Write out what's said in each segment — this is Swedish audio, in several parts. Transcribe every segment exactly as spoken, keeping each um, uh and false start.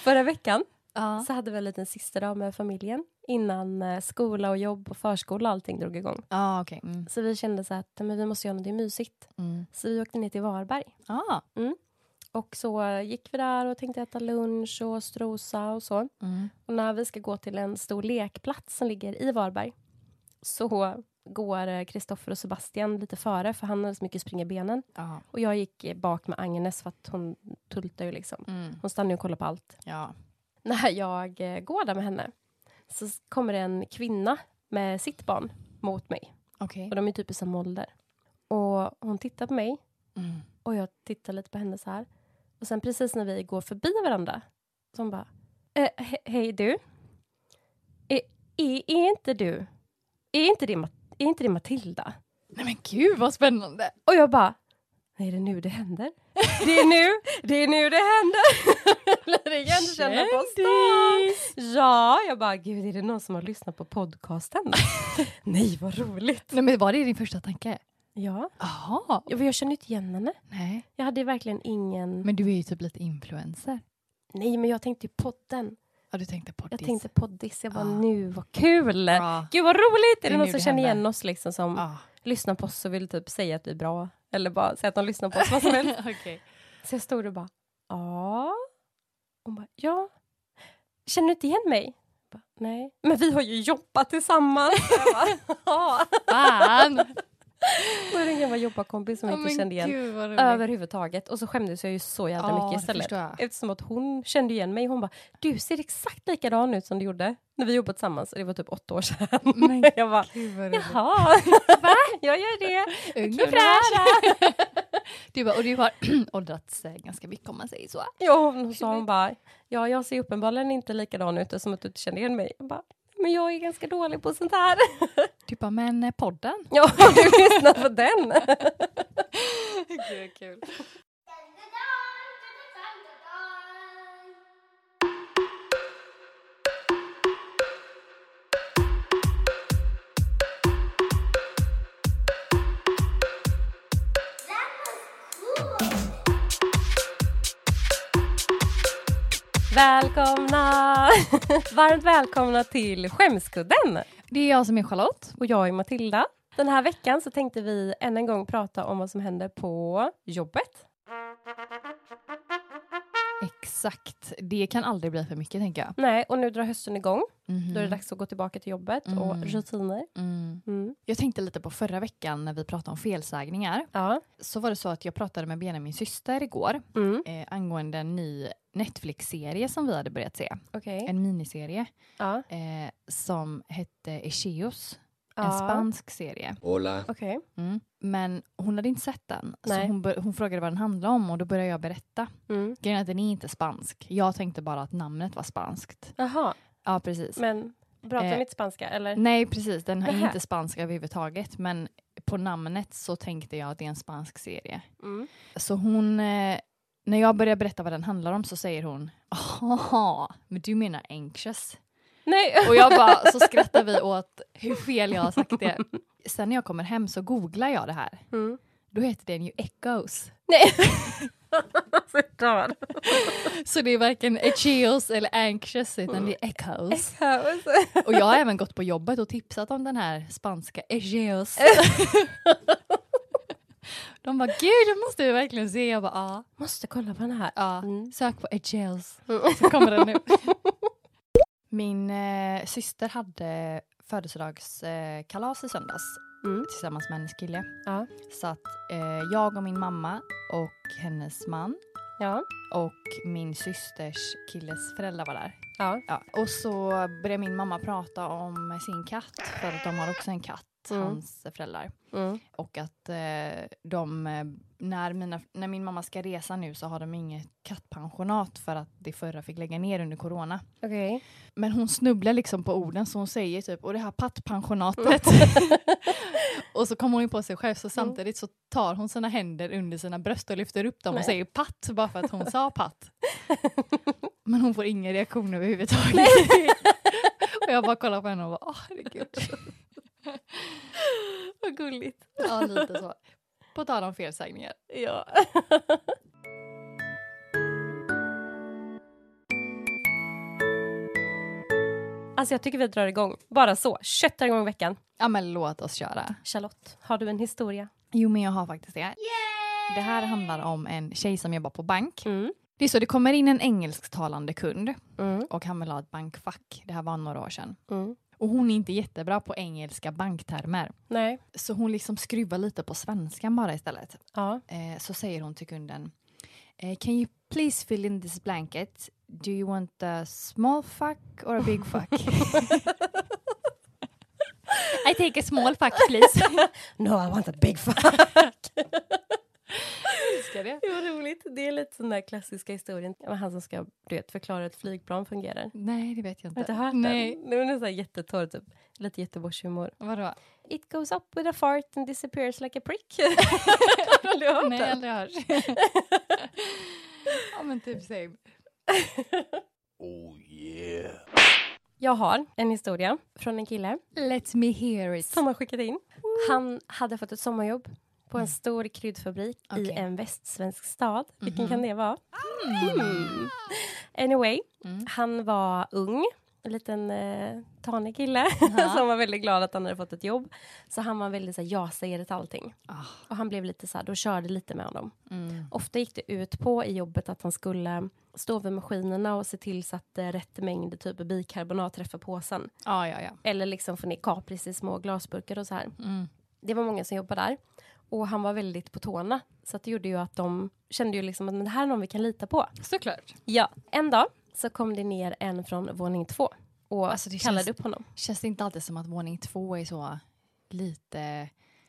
Förra veckan Ja. så hade vi en liten sista dag med familjen innan eh, skola och jobb och förskola och allting drog igång. Ja, okej. Okay. Mm. Så vi kände så att men vi måste göra något mysigt. Mm. Så vi åkte ner till Varberg. Ah. Mm. Och så gick vi där och tänkte äta lunch och strosa och så. Mm. Och när vi ska gå till en stor lekplats som ligger i Varberg så går Kristoffer och Sebastian lite före för han hade så mycket springa i benen. Ja. Och jag gick bak med Agnes för att hon tultar ju liksom. Mm. Hon stannar ju och kollar på allt. Ja. När jag eh, går där med henne så kommer det en kvinna med sitt barn mot mig. Okej. Och de är typ i samma ålder. Och hon tittar på mig Mm. och jag tittar lite på henne så här. Och sen precis när vi går förbi varandra så hon bara, eh, he- hej du. Är, är, är inte du, är inte det, Ma- är inte det Matilda? Nej men gud vad spännande. Och jag bara, nej det är nu det händer. Det är nu, det är nu det händer. Eller igenkända på stan. Ja, jag bara, gud är det någon som har lyssnat på podcasten? Nej, vad roligt. Nej men var det din första tanke? Ja, Jaha. jag, jag känner inte igen henne. Nej. Jag hade verkligen ingen... Men du är ju typ lite influencer. Nej, men jag tänkte ju podden. Ja, du tänkte poddis. Jag tänkte poddis. Jag bara, Ah. nu, vad kul. Ja. Gud, vad roligt. Är det, Det är någon nu som det känner händer. igen oss liksom som Ja. lyssnar på oss och vill typ säga att vi är bra? Eller bara säga att de lyssnar på oss, vad som helst. Okej. Så jag stod och bara, ja. Hon bara, ja. Känner du inte igen mig? Jag bara, nej. Men vi har ju jobbat tillsammans. Jag bara, ja. Fan. Då är det en gammal jobbarkompis som jag inte kände igen. Gud, vad roligt. Överhuvudtaget. Och så skämdes jag ju så jävla Ja, mycket det istället. förstår jag. Eftersom att hon kände igen mig. Hon bara, du ser exakt likadan ut som du gjorde när vi jobbade tillsammans. Och det var typ åtta år sedan. Men jag bara, Gud, vad roligt. jaha. Va? Jag gör det. Ung Kul och att höra. Du bara, och du har åldrats eh, ganska mycket om man säger så. Ja, hon sa hon bara, ja jag ser uppenbarligen inte likadan ut som att du inte kände igen mig. Jag bara, men jag är ganska dålig på sånt här. Du bara, men eh, podden? Ja, du lyssnar på den. Gud, kul. Välkomna! Varmt välkomna till Skämskudden. Det är jag som är Charlotte. Och jag är Matilda. Den här veckan så tänkte vi än en gång prata om vad som händer på jobbet. Exakt. Det kan aldrig bli för mycket, tänker jag. Nej, och nu drar hösten igång. Mm-hmm. Då är det dags att gå tillbaka till jobbet Mm. och rutiner. Mm. Mm. Jag tänkte lite på förra veckan när vi pratade om felsägningar. Ja. Så var det så att jag pratade med Benjamin, min syster, igår. Mm. Eh, angående en ny Netflix-serie som vi hade börjat se. Okej. En miniserie. Ja. Eh, som hette Echeos. En Ja. spansk serie. Hola. Okej. Mm. Men hon hade inte sett den. Så Nej. hon, bör- hon frågade vad den handlade om och då började jag berätta. Mm. Grejen är att den är inte spansk. Jag tänkte bara att namnet var spanskt. Jaha, Ja, precis. men pratar Eh, de inte spanska eller? Nej, precis. Den är Nähä. inte spansk överhuvudtaget. Men på namnet så tänkte jag att det är en spansk serie. Mm. Så hon... Eh, när jag börjar berätta vad den handlar om så säger hon, jaha, men du menar anxious. Nej. Och jag bara, så skrattar vi åt hur fel jag har sagt det. Sen när jag kommer hem så googlar jag det här. Mm. Då heter den ju Echoes. Nej. Så dör. Så det är varken Echeos eller anxious utan det är Echoes. Echoes. Och jag har även gått på jobbet och tipsat om den här spanska Echeos. De bara, gud, det måste vi verkligen se. Jag bara, ja. Måste kolla på den här. ja. Mm. Sök på Echeos. Mm. Så kommer den nu. Min eh, syster hade födelsedagskalas eh, kalas i söndags. Mm. Tillsammans med hennes kille. Ja. Så att eh, jag och min mamma och hennes man Ja. och min systers killes föräldrar var där. Ja. Ja. Och så började min mamma prata om sin katt. För att de har också en katt, Mm. hans föräldrar. Mm. Och att eh, de, eh, när, mina, när min mamma ska resa nu så har de inget kattpensionat för att det förra fick lägga ner under corona. Okej. Men hon snubblar liksom på orden så hon säger typ, och det här pattpensionatet. Och så kommer hon in på sig själv så samtidigt så tar hon sina händer under sina bröst och lyfter upp dem och Nej. säger patt bara för att hon sa patt. Men hon får ingen reaktion överhuvudtaget. Och jag bara kollar på henne och bara, åh herregud. Vad gulligt. Ja, lite så. På tal om felsägningar. Ja. Alltså jag tycker vi drar igång. Bara så. Köttar igång veckan. Ja, men låt oss köra. Charlotte, har du en historia? Jo, men jag har faktiskt det. Yay! Det här handlar om en tjej som jobbar på bank. Mm. Det är så, det kommer in en engelsktalande kund. Mm. Och han vill ha ett bankfack. Det här var några år sedan. Mm. Och hon är inte jättebra på engelska banktermer. Nej. Så hon liksom skruvar lite på svenskan bara istället. Ja. Eh, så säger hon till kunden. Eh, Can you please fill in this blanket? Do you want a small fuck or a big fuck? I take a small fuck please. No, I want a big fuck. Älskar det. Det var roligt. Det är lite sån där klassiska historien. Han som ska du vet, förklara ett flygplan fungerar. Nej, det vet jag inte. Har du hört Nej. den? Det är så här jättetorr typ. Lite Göteborgshumor. Vadå? It goes up with a fart and disappears like a prick. Har du hört Nej, den? aldrig hört. Ja, men typ same. Oh yeah. Jag har en historia från en kille Let me hear it. som har skickat in. Han hade fått ett sommarjobb på en stor kryddfabrik i Okej. en västsvensk stad. Vilken Mhm. kan det vara? Mm. Anyway, Mm. han var ung. En liten eh, tanig kille Ja. som var väldigt glad att han hade fått ett jobb. Så han var väldigt så här, ja-sägare till allting. Ah. Och han blev lite så här, då körde lite med honom. Mm. Ofta gick det ut på i jobbet att han skulle stå vid maskinerna och se till så att eh, rätt mängd typ bikarbonat träffar påsen. Ah, ja, ja. Eller liksom få ner kapris i små glasburkar och så här. Mm. Det var många som jobbade där. Och han var väldigt på tårna. Så att det gjorde ju att de kände ju liksom att men det här är någon vi kan lita på. Såklart. Ja. En dag så kom det ner en från våning två. Och Alltså, det kallade känns- upp honom. Känns det inte alltid som att våning två är så lite,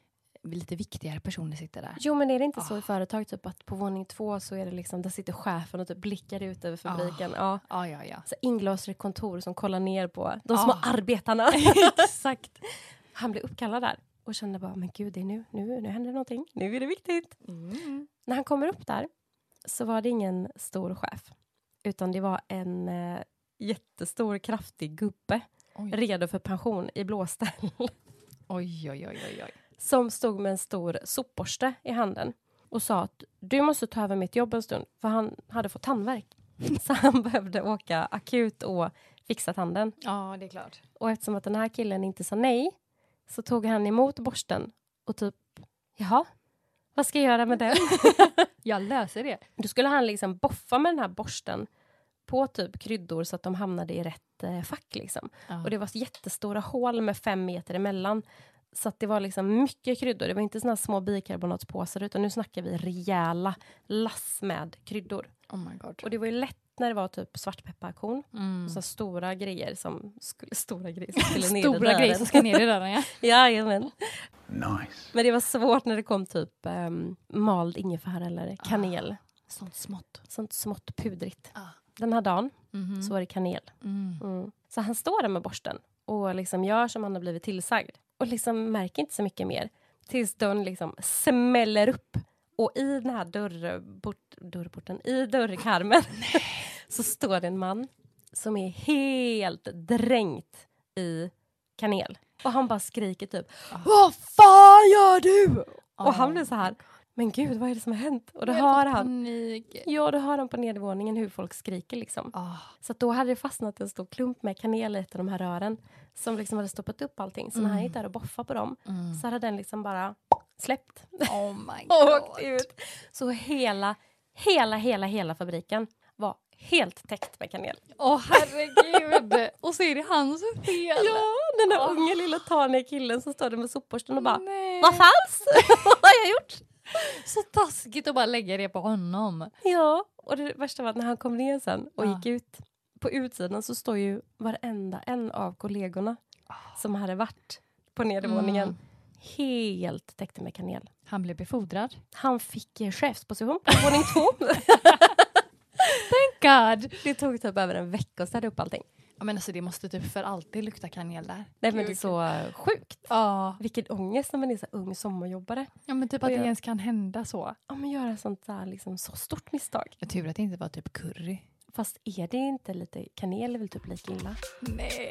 lite viktigare personer sitter där? Jo, men är det inte så Ah. i företag typ att på våning två så är det liksom, där sitter chefen och typ blickar ut över fabriken. Ja. Ah, ja, ja. Så inglasade kontor som kollar ner på de Ah. små arbetarna. Exakt. Han blev uppkallad där och kände bara, men gud, det är nu, nu, nu händer någonting. Nu är det viktigt. Mm. När han kommer upp där så var det ingen stor chef. Utan det var en eh, jättestor, kraftig gubbe. Oj. Redo för pension i blåställ. Oj, oj, oj, oj, oj. Som stod med en stor sopborste i handen. Och sa att du måste ta över mitt jobb en stund. För han hade fått tandvärk. Så han behövde åka akut och fixa tanden. Ja, det är klart. Och eftersom att den här killen inte sa nej. Så tog han emot borsten. Och typ, jaha, vad ska jag göra med den? Jag löser det. Då skulle han liksom boffa med den här borsten. På typ kryddor så att de hamnade i rätt eh, fack liksom. Ja. Och det var jättestora hål med fem meter emellan. Så att det var liksom mycket kryddor. Det var inte såna här små bikarbonatspåsar utan nu snackar vi rejäla lass med kryddor. Oh my god. Och det var ju lätt när det var typ svartpepparkorn. Mm. Så stora grejer som skulle, stora grejer som skulle ner i Stora dörren. grejer som ska ner i dörren, ja. Jajamän. Nice. Men det var svårt när det kom typ um, mald ingefära eller kanel. Sånt smått. Sånt smått pudrigt. Ah. Den här dagen Mhm. så var det kanel. Mm. Mm. Så han står där med borsten och liksom gör som han har blivit tillsagd. Och liksom märker inte så mycket mer. Tills dörren liksom smäller upp. Och i den här dörrbort, dörrporten, i dörrkarmen så står det en man som är helt dränkt i kanel. Och han bara skriker typ, vad fan gör du? Och han blir så här, men gud, vad är det som har hänt? Och då hör han, Panik. ja, då hör han på nedervåningen hur folk skriker liksom. Ah. Så att då hade det fastnat en stor klump med kanel i ett av de här rören som liksom hade stoppat upp allting. Så när han gick där och boffade på dem Mm. så hade den liksom bara släppt Oh my och god. åkt ut. Så hela, hela, hela, hela fabriken var helt täckt med kanel. Åh oh, herregud. Och så är det hans fel. Ja, den där Åh. unga lilla taniga killen som står där med sopborsten och bara, Nej. vad falskt? Vad har jag gjort? Så taskigt att bara lägga det på honom. Ja, och det värsta var att när han kom ner sen och Ja. gick ut på utsidan så står ju varenda en av kollegorna som hade varit på nedervåningen Mm. helt täckta med kanel. Han blev befordrad. Han fick eh, chefsposition på våning två. Thank God. Det tog typ över en vecka att städa upp allting. Ja, men alltså det måste typ för alltid lukta kanel där. Nej, men det är så eh, sjukt. Ja. Vilken ångest när man är så ung sommarjobbare. Ja, men typ Och att det jag- ens kan hända så. Ja, men göra sånt där liksom så stort misstag. Jag tur att det inte var typ curry. Fast är det inte lite, kanel är väl typ lika illa? Nej.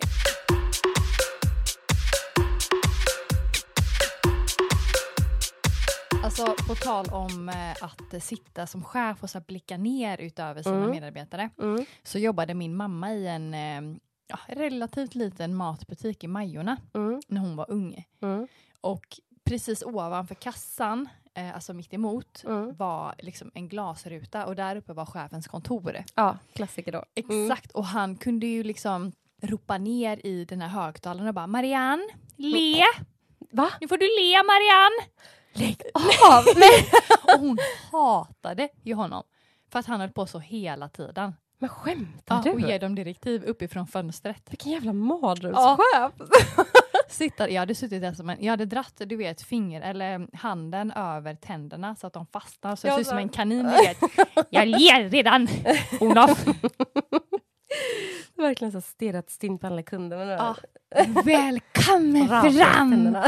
Alltså på tal om eh, att sitta som chef och så här blicka ner utöver sina Mm. medarbetare. Mm. Så jobbade min mamma i en, eh, ja, relativt liten matbutik i Majorna Mm. när hon var ung. Mm. Och precis ovanför kassan, eh, alltså mitt emot, Mm. var liksom en glasruta och där uppe var chefens kontor. Ja, klassiker då. Mm. Exakt, och han kunde ju liksom ropa ner i den här högtalaren och bara Marianne, le! Va? Nu får du le, Marianne! Lägg av! Och hon hatade ju honom. För att han höll på så hela tiden. Men skämtar Ja, du? och ger dem direktiv uppifrån fönstret. Vilken jävla mardrömschef. Sitter, jag hade suttit där som en, jag hade dratt, du vet, finger eller handen över tänderna så att de fastnar. Så jag ser ut som en kanin, du vet. Jag ler redan, Olof. Verkligen så stirrat stint på alla kunder. Men Ja. Välkommen Raka fram! tänderna.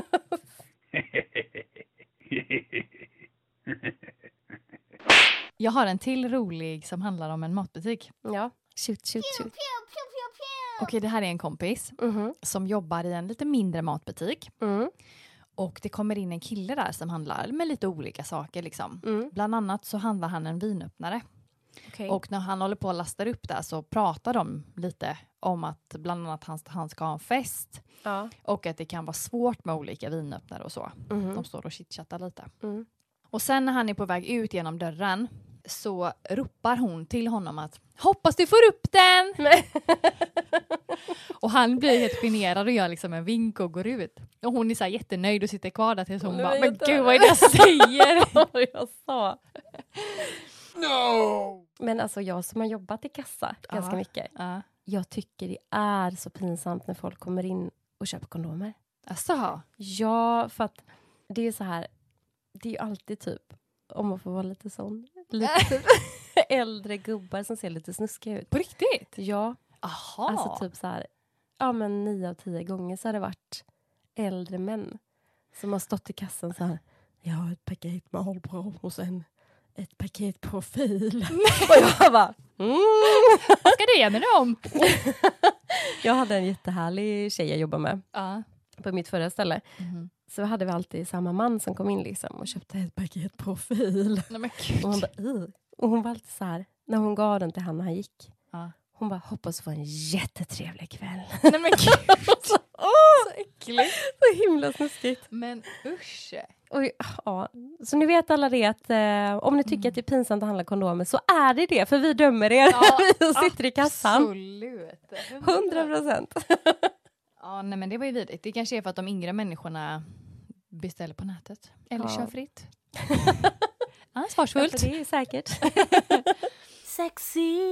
Jag har en till rolig som handlar om en matbutik. Ja, shoot, shoot, shoot. Okej, det här är en kompis Mhm. som jobbar i en lite mindre matbutik. Mm. Och det kommer in en kille där som handlar med lite olika saker. Liksom. Mm. Bland annat så handlar han en vinöppnare. Okej. Och när han håller på att lasta upp där så pratar de lite om att bland annat han, han ska ha en fest. Ja. Och att det kan vara svårt med olika vinöppnare och så. Mhm. De står och chitchattar lite. Mm. Och sen när han är på väg ut genom dörren så ropar hon till honom att hoppas du får upp den! Nej. Och han blir helt generad och gör liksom en vink och går ut. Och hon är så här jättenöjd och sitter kvar där tills hon Nej, bara, men men jätte- gud vad är det jag säger? Vad jag sa. No! Men alltså jag som har jobbat i kassa ganska Ja. mycket. Ja. Jag tycker det är så pinsamt när folk kommer in och köper kondomer. Asså? Ja, för att det är så här. Det är ju alltid typ, om man får vara lite sån, lite typ, äldre gubbar som ser lite snuskiga ut. På riktigt? Ja, Aha. alltså typ så här, ja men nio av tio gånger så har det varit äldre män som har stått i kassan så här, jag har ett paket med Marlboro och sen ett paket profil. Och jag bara, mm. Vad ska det med dem? Jag hade en jättehärlig tjej jag jobbade med Ja. på mitt förra ställe. Mhm. Så hade vi alltid samma man som kom in liksom och köpte ett paket profil. Nej men Och hon gud. bara, "Ugh." Och hon var alltid så här, när hon gav den till han när han gick. Ja. Hon bara, hoppas få en jättetrevlig kväll. Nej men gud. så, åh, Så äckligt. så himla snuskigt. Men usch. Och, ja. Så nu vet alla det att eh, om ni tycker Mm. att det är pinsamt att handla kondomer så är det det. För vi dömer er. Ja, vi som sitter i kassan. Absolut. Hundra procent. Ja, nej men det var ju vidrigt. Det kanske är för att de yngre människorna beställer på nätet. Eller Ja. kör fritt. Ansvarsfullt. Det är säkert. Sexy.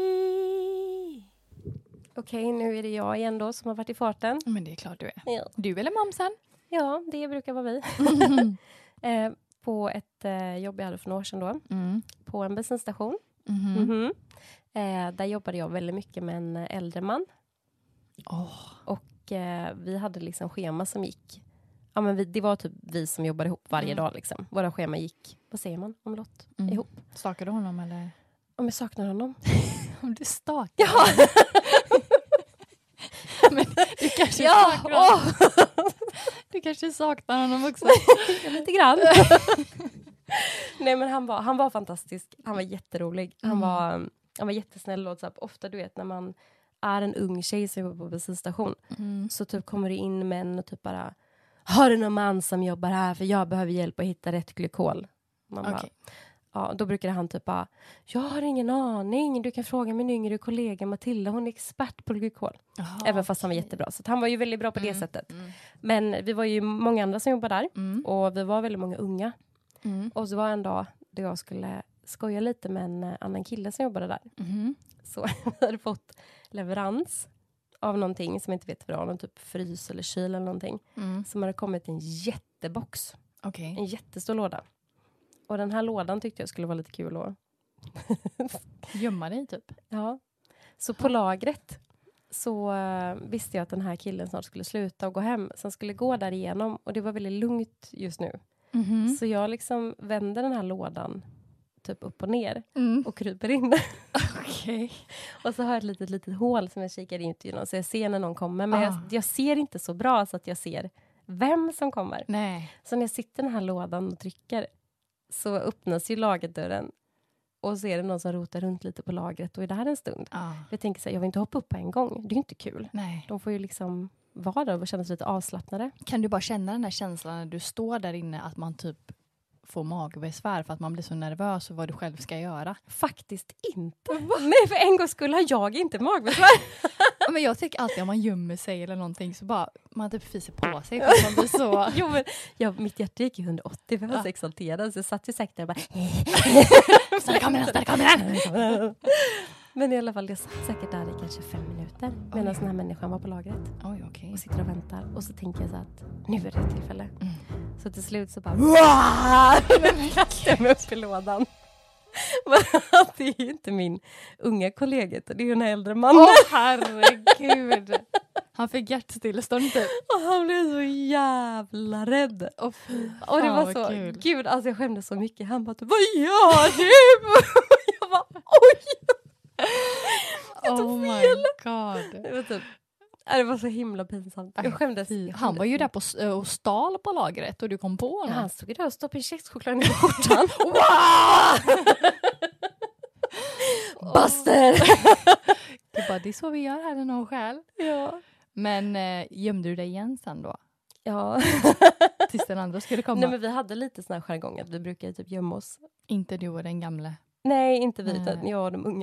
Okej, nu är det jag igen då som har varit i farten. Men det är klart du är. Ja. Du eller mamsen? Ja, det brukar vara vi. eh, på ett eh, jobb jag hade för några år sedan då. Mm. På en bensinstation. Mhm. Mhm. Eh, där jobbade jag väldigt mycket med en äldre man. Åh. Och eh, vi hade liksom schema som gick. Ja, men vi, det var typ vi som jobbade ihop varje Mm. dag liksom. Våra schema gick, vad säger man om lott? Mm. Ihop. Stakar du honom eller? Om jag saknar honom. Om du stakar Ja! Men du kanske Ja! saknar honom. Åh! Du kanske saknar honom också. Lite grann. Nej, men han var, han var fantastisk. Han var jätterolig. Han, Mm. var, han var jättesnäll. Och så här, ofta, du vet, när man är en ung tjej som jobbar på bensinstation Mm. så typ kommer det in män och typ bara, har du någon man som jobbar här för jag behöver hjälp att hitta rätt glykol. Man bara, Okej. ja, då brukar han typ bara, jag har ingen aning, du kan fråga min yngre kollega Matilda, hon är expert på glykol. Jaha, Även fast han var okej. jättebra. Så att han var ju väldigt bra på det Mm. sättet. Mm. Men vi var ju många andra som jobbade där. Mm. Och vi var väldigt många unga. Mm. Och så var en dag då jag skulle skoja lite med en eh, annan kille som jobbade där. Mhm. Så vi hade fått leverans av någonting som jag inte vet vad det var. Någon typ frys eller kyl eller någonting. Mm. Som hade kommit i en jättebox. Okej. En jättestor låda. Och den här lådan tyckte jag skulle vara lite kul att... Gömma dig typ. Ja. Så på lagret så uh, visste jag att den här killen snart skulle sluta och gå hem. Så han skulle gå där igenom. Och det var väldigt lugnt just nu. Mhm. Så jag liksom vänder den här lådan typ upp och ner. Mm. Och kryper in. Okej. Och så har jag ett litet, litet hål som jag kikar in genom. Så jag ser när någon kommer. Men Ah. jag, jag ser inte så bra så att jag ser vem som kommer. Nej. Så när jag sitter i den här lådan och trycker så öppnas ju lagerdörren. och så är det någon som rotar runt lite på lagret och är där en stund. Ah. Jag tänker så här, jag vill inte hoppa upp på en gång. Det är ju inte kul. Nej. De får ju liksom vara där och känna sig lite avslappnade. Kan du bara känna den där känslan när du står där inne att man typ får magbesvär för att man blir så nervös för vad du själv ska göra? Faktiskt inte. Nej, för en gång skulle har jag inte magbesvär. Ja, men jag tycker alltid om man gömmer sig eller någonting så bara man typ fiser på sig för att man blir så... Jo, men ja, mitt hjärta gick ju hundraåttio för jag var ja. så exalterad så jag satt ju säkert där och bara... Stanna kameran, stanna kameran! Men i alla fall, jag satt säkert där i kanske fem minuter medan den här människan var på lagret. Oj, okay. Och sitter och väntar. Och så tänker jag så att nu är det ett tillfälle. Mm. Så till slut så bara... kastade mig upp i lådan. Det är ju inte min unga kollega, det är ju en äldre man. Åh, oh, herregud. Han fick hjärtstillestånd typ. Och han blev så jävla rädd. Oh, och det var så, kul. Gud, alltså jag skämdes så mycket. Han bara, vad gör du? Jag bara, oj! Jag tog oh fel. My god. Det var typ, det var så himla pinsamt. Jag skämdes. Jag skämdes. Han var ju där på, och stal på lagret och du kom på honom. Ja, han stod ju där och stoppade kexchokladen i skjortan. Buster! Det, bara, det är så vi gör här i någon själ. Ja. Men eh, gömde du dig igen sen då? Ja. Tills den andra skulle komma? Nej, men vi hade lite sån här jargong att vi brukade typ gömma oss. Inte du och den gamla? Nej, inte vi, Nej. utan jag och de unga.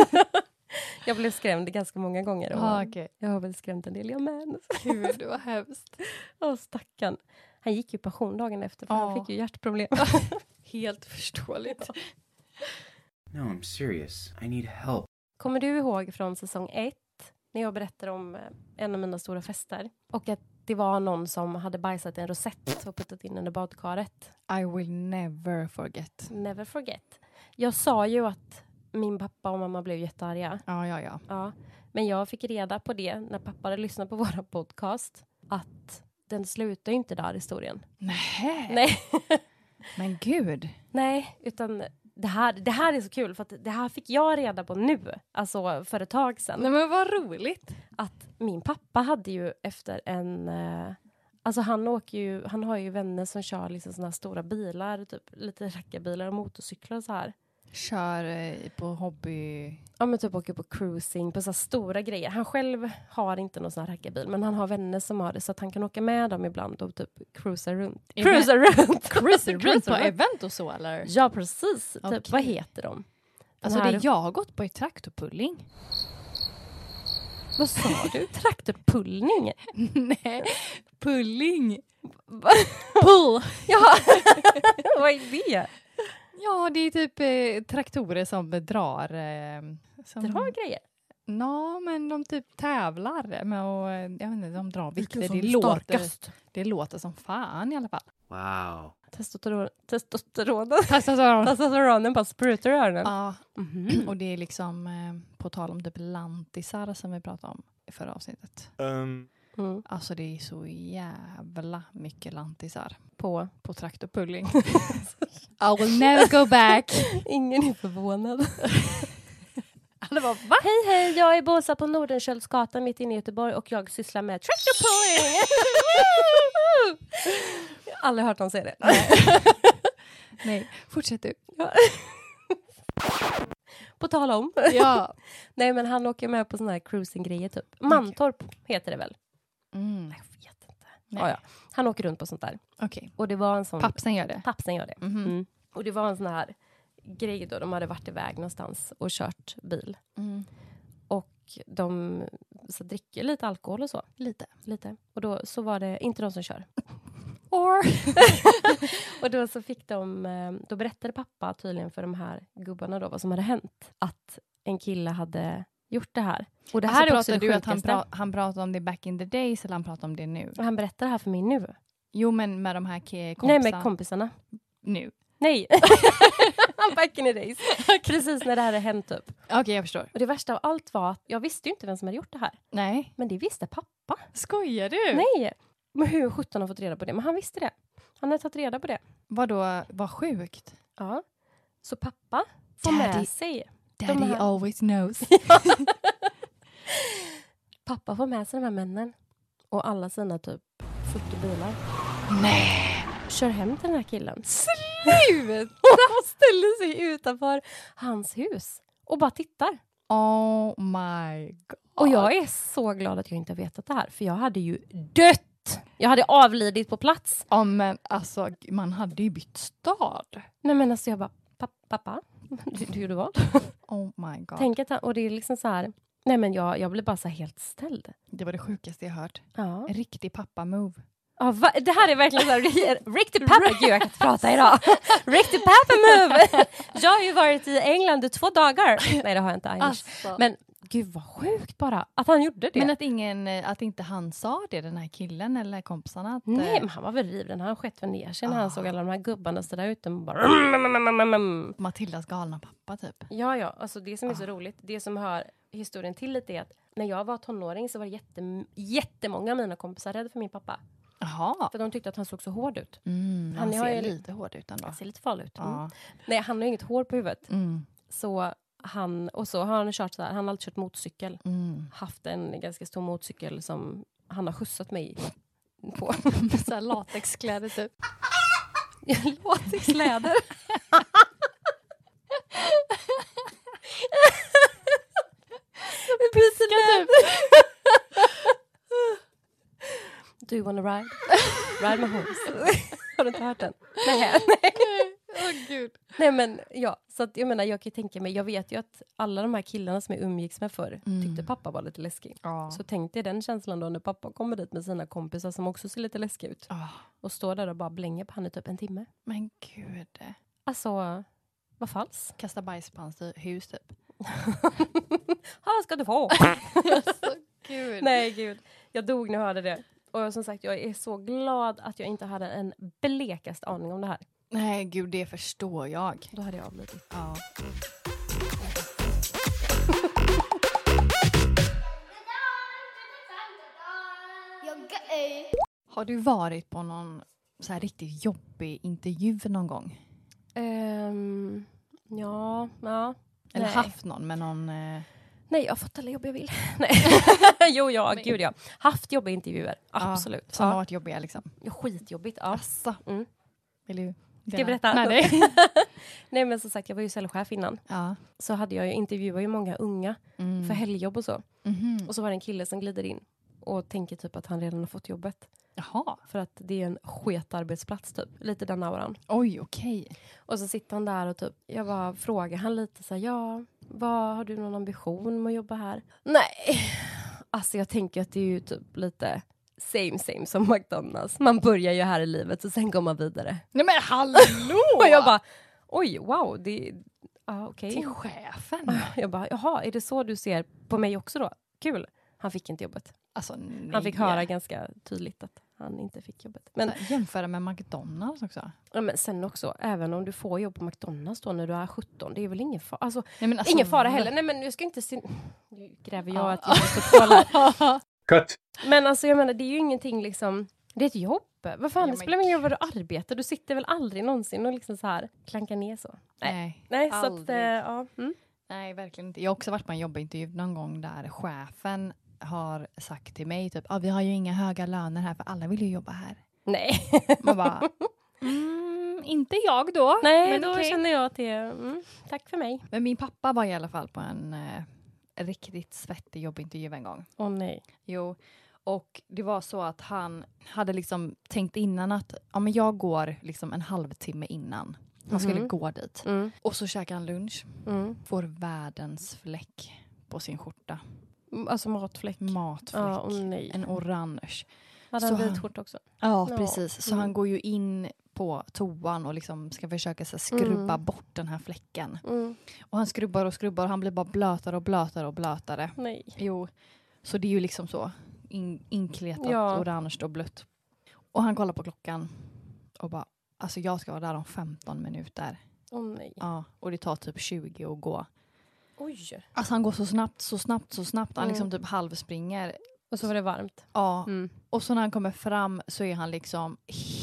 Jag blev skrämd ganska många gånger. Och ah, okay. Jag har väl skrämt en del, jag med. Gud, det var hemskt. Åh, stackarn. Han gick ju pension dagen efter för ah. han fick ju hjärtproblem. Helt förståeligt. No, I'm serious. I need help. Kommer du ihåg från säsong ett när jag berättade om en av mina stora fester och att det var någon som hade bajsat i en rosett och puttat in den i badkaret? I will never forget. Never forget. Jag sa ju att min pappa och mamma blev jättearga. Ja, ja, ja. Ja. Men jag fick reda på det när pappa hade lyssnat på våra podcast att den slutar ju inte där historien. Nej. Nej. Men gud. Nej, utan det här, det här är så kul för att det här fick jag reda på nu, alltså för ett tag sedan. Nej, men vad roligt. Att min pappa hade ju efter en, eh, alltså han åker ju, han har ju vänner som kör liksom såna här stora bilar, typ lite rackarbilar och motorcyklar och så här. Kör eh, på hobby... Ja, men typ åker på cruising, på så här stora grejer. Han själv har inte någon sån här rackarbil, men han har vänner som har det så att han kan åka med dem ibland och typ cruisa runt. Event. Cruisa runt! Cruisa runt på event och så, eller? Ja, precis. Okay. Typ, vad heter de? Den alltså här... det jag har gått på är traktorpulling. Vad sa du? Traktorpullning? Nej, pulling. Pull! Ja, vad är det? Ja, det är typ eh, traktorer som drar... Eh, som... Drar grejer? Ja, men de typ tävlar med och jag vet inte, de drar vikter. Det, det låter, det låter som fan i alla fall. Wow. Testosteron, testosteronen. Testosteron. Testosteronen bara sprutar i öronen. Ja, mm-hmm. Och det är liksom eh, på tal om typ lantisar som vi pratade om i förra avsnittet. Um. Mm. Alltså det är så jävla mycket lantisar på, på traktorpulling. I will never go back. Ingen är förvånad. Alla bara, va? Hej hej, jag är bosatt på Nordenskiöldsgatan mitt inne i Göteborg och jag sysslar med traktorpulling. Jag har aldrig hört någon säga det. Nej, Nej. Fortsätt du. Ja. På tal om. Ja. Nej, men han åker med på såna här cruising-grejer typ. Mantorp heter det väl? Mm. Jag vet inte. Ja, ja. Han åker runt på sånt där. Okay. Och det var en sån... Pappsen gör det? Pappsen gör det. Mm-hmm. Mm. Och det var en sån här grej då. De hade varit iväg någonstans och kört bil. Mm. Och de så dricker lite alkohol och så. Lite. Lite. Och då så var det inte de som kör. Or. Och då så fick de, då berättade pappa tydligen för de här gubbarna då vad som hade hänt. Att en kille hade gjort det här. Och det alltså, här är också det du att han, pra- han pratade om det back in the days eller han pratade om det nu? Och han berättar det här för mig nu. Jo, men med de här ke- kompisarna. Nej, med kompisarna. Nu. Nej. Back in the days. Precis när det här hade hänt upp. Okej, okay, jag förstår. Och det värsta av allt var att jag visste ju inte vem som hade gjort det här. Nej. Men det visste pappa. Skojar du? Nej. Men hur sjutton har fått reda på det? Men han visste det. Han hade tagit reda på det. Vadå? Vad sjukt. Ja. Så pappa får Daddy, med sig. Daddy här... always knows. Pappa får med sig de här männen. Och alla sina typ fyrtio bilar. Nej. Kör hem till den här killen. Sluta! Sluta! Och ställer sig utanför hans hus och bara tittar. Oh my god. Och jag är så glad att jag inte har vetat det här. För jag hade ju dött. Jag hade avlidit på plats. Ja, men alltså, man hade ju bytt stad. Nej men alltså jag bara, pappa, du, du gjorde vad? Oh my god. Tänk att han, och det är liksom så här, nej men jag, jag blev bara så här helt ställd. Det var det sjukaste jag hört. Ja. En riktig pappa-move. Ja, va? Det här är verkligen så här, riktig pappa, gud jag kan inte prata idag. Riktig pappa-move. Jag har ju varit i England i två dagar. Nej det har jag inte Irish. Alltså. Men gud vad sjukt bara att han gjorde det. Men att, ingen, att inte han sa det, den här killen eller kompisarna. Att, Nej, men han var väl riven. Han skett väl ner sig när Ah. han såg alla de här gubbarna så där ute. Och bara... Matildas galna pappa typ. Ja, ja. Alltså det som är så Ah. roligt, det som hör historien till lite är att när jag var tonåring så var det jätte, jättemånga av mina kompisar rädda för min pappa. Jaha. För de tyckte att han såg så hård ut. Mm, han, Han har ser ju- lite hård ut ändå. Han ser lite farlig ut. Mm. Ja. Nej, han har ju inget hår på huvudet. Mm. Så han, och så har han kört så här, han har alltid kört motorcykel. Mm. Haft en ganska stor motorcykel som han har skjutsat mig på. Så här latexkläder typ. Latexläder. Piska typ. Do you wanna ride? Ride my horse. Har du inte hört den? Nej. Åh gud. Nej men ja, så att jag menar jag kan ju tänka mig, jag vet ju att alla de här killarna som jag umgicks med förr Mm. tyckte pappa var lite läskig. Ja. Så tänkte jag den känslan då när pappa kommer dit med sina kompisar som också ser lite läskiga ut. Ah, Och står där och bara blänger på han i typ en timme. men gud. Alltså, vad falskt. Kasta bajs på hans hus typ. Här ska du få. Alltså, gud. Nej gud, jag dog när jag hörde det. Och som sagt, jag är så glad att jag inte hade en blekast aning om det här. Nej, gud, det förstår jag. Då hade jag avlidit. Ja. Har du varit på någon så här riktigt jobbig intervju någon gång? Um, ja, ja. Eller Nej. haft någon med någon... Eh... Nej, jag har fått alla jobb jag vill. Nej. jo, ja, gud ja. Haft jobbiga intervjuer, absolut. Ja, som har Ja. varit jobbiga liksom. Skitjobbigt, ja. Asså. Mm. Vill du... Ska jag berätta? Nej, nej. Nej, men som sagt, jag var ju säljchef innan. Ja. Så hade jag ju intervjuat ju många unga Mm. för helgjobb och så. Mhm. Och så var det en kille som glider in och tänker typ att han redan har fått jobbet. Jaha. För att det är en sketarbetsplats typ. Lite den auran. Oj, okej. Och så sitter han där och typ, jag bara frågar han lite så här, ja, vad, har du någon ambition med att jobba här? Nej, alltså jag tänker att det är ju typ lite same same som McDonalds. Man börjar ju här i livet och sen går man vidare. Nej men hallå! Och jag bara, oj, wow, det ja okej. Till chefen? Jag bara, jaha, är det så du ser på mig också då? Kul. Han fick inte jobbet. Alltså, nej. Han fick höra ganska tydligt att han inte fick jobbet. Men, Så här, jämföra med McDonalds också. ja, men sen också, även om du får jobb på McDonalds då när du är sjutton, det är väl ingen fara. Alltså, Nej, men alltså, ingen fara v- heller. Nej men jag ska inte se... Nu gräver jag Ja. att jag står på här. Cut. Men alltså jag menar, det är ju ingenting liksom... Det är ett jobb. Vad fan, Ja, det men spelar ingen roll vad du arbetar. Du sitter väl aldrig någonsin och liksom så här klankar ner så. Nej. Nej. Nej, så att... aldrig. eh, Ja. Mm. Nej, verkligen inte. Jag har också varit på en jobbintervju någon gång där chefen har sagt till mig typ, ah, vi har ju inga höga löner här för alla vill ju jobba här. Nej. Man bara, mm, inte jag då. Nej, men då okej. känner jag att det... Mm, tack för mig. Men min pappa var i alla fall på en eh, riktigt svettig jobbintervju en gång. Åh nej. Jo, och det var så att han hade liksom tänkt innan att ja, men jag går liksom en halvtimme innan. Han skulle Mhm. gå dit. Mm. Och så käkar han lunch. Mm. Får världens fläck på sin skjorta. Mm, Alltså matfläck. Matfläck. Ja, åh nej. En orange. Hade han så vit han- skjorta också? Ja, Ja. precis. Så Mm. han går ju in på toan och liksom ska försöka så här, skrubba Mm. bort den här fläcken. Mm. Och han skrubbar och skrubbar och han blir bara blötare och blötare och blötare. Nej. Jo, så det är ju liksom så in, inkletat Ja. orange och blött. Och han kollar på klockan och bara, alltså jag ska vara där om femton minuter. Åh nej. Ja, och det tar typ tjugo att gå. Oj. Alltså han går så snabbt, så snabbt, så snabbt. Han Mm. liksom typ halvspringer. Och så var det varmt. Ja, Mm. och så när han kommer fram så är han liksom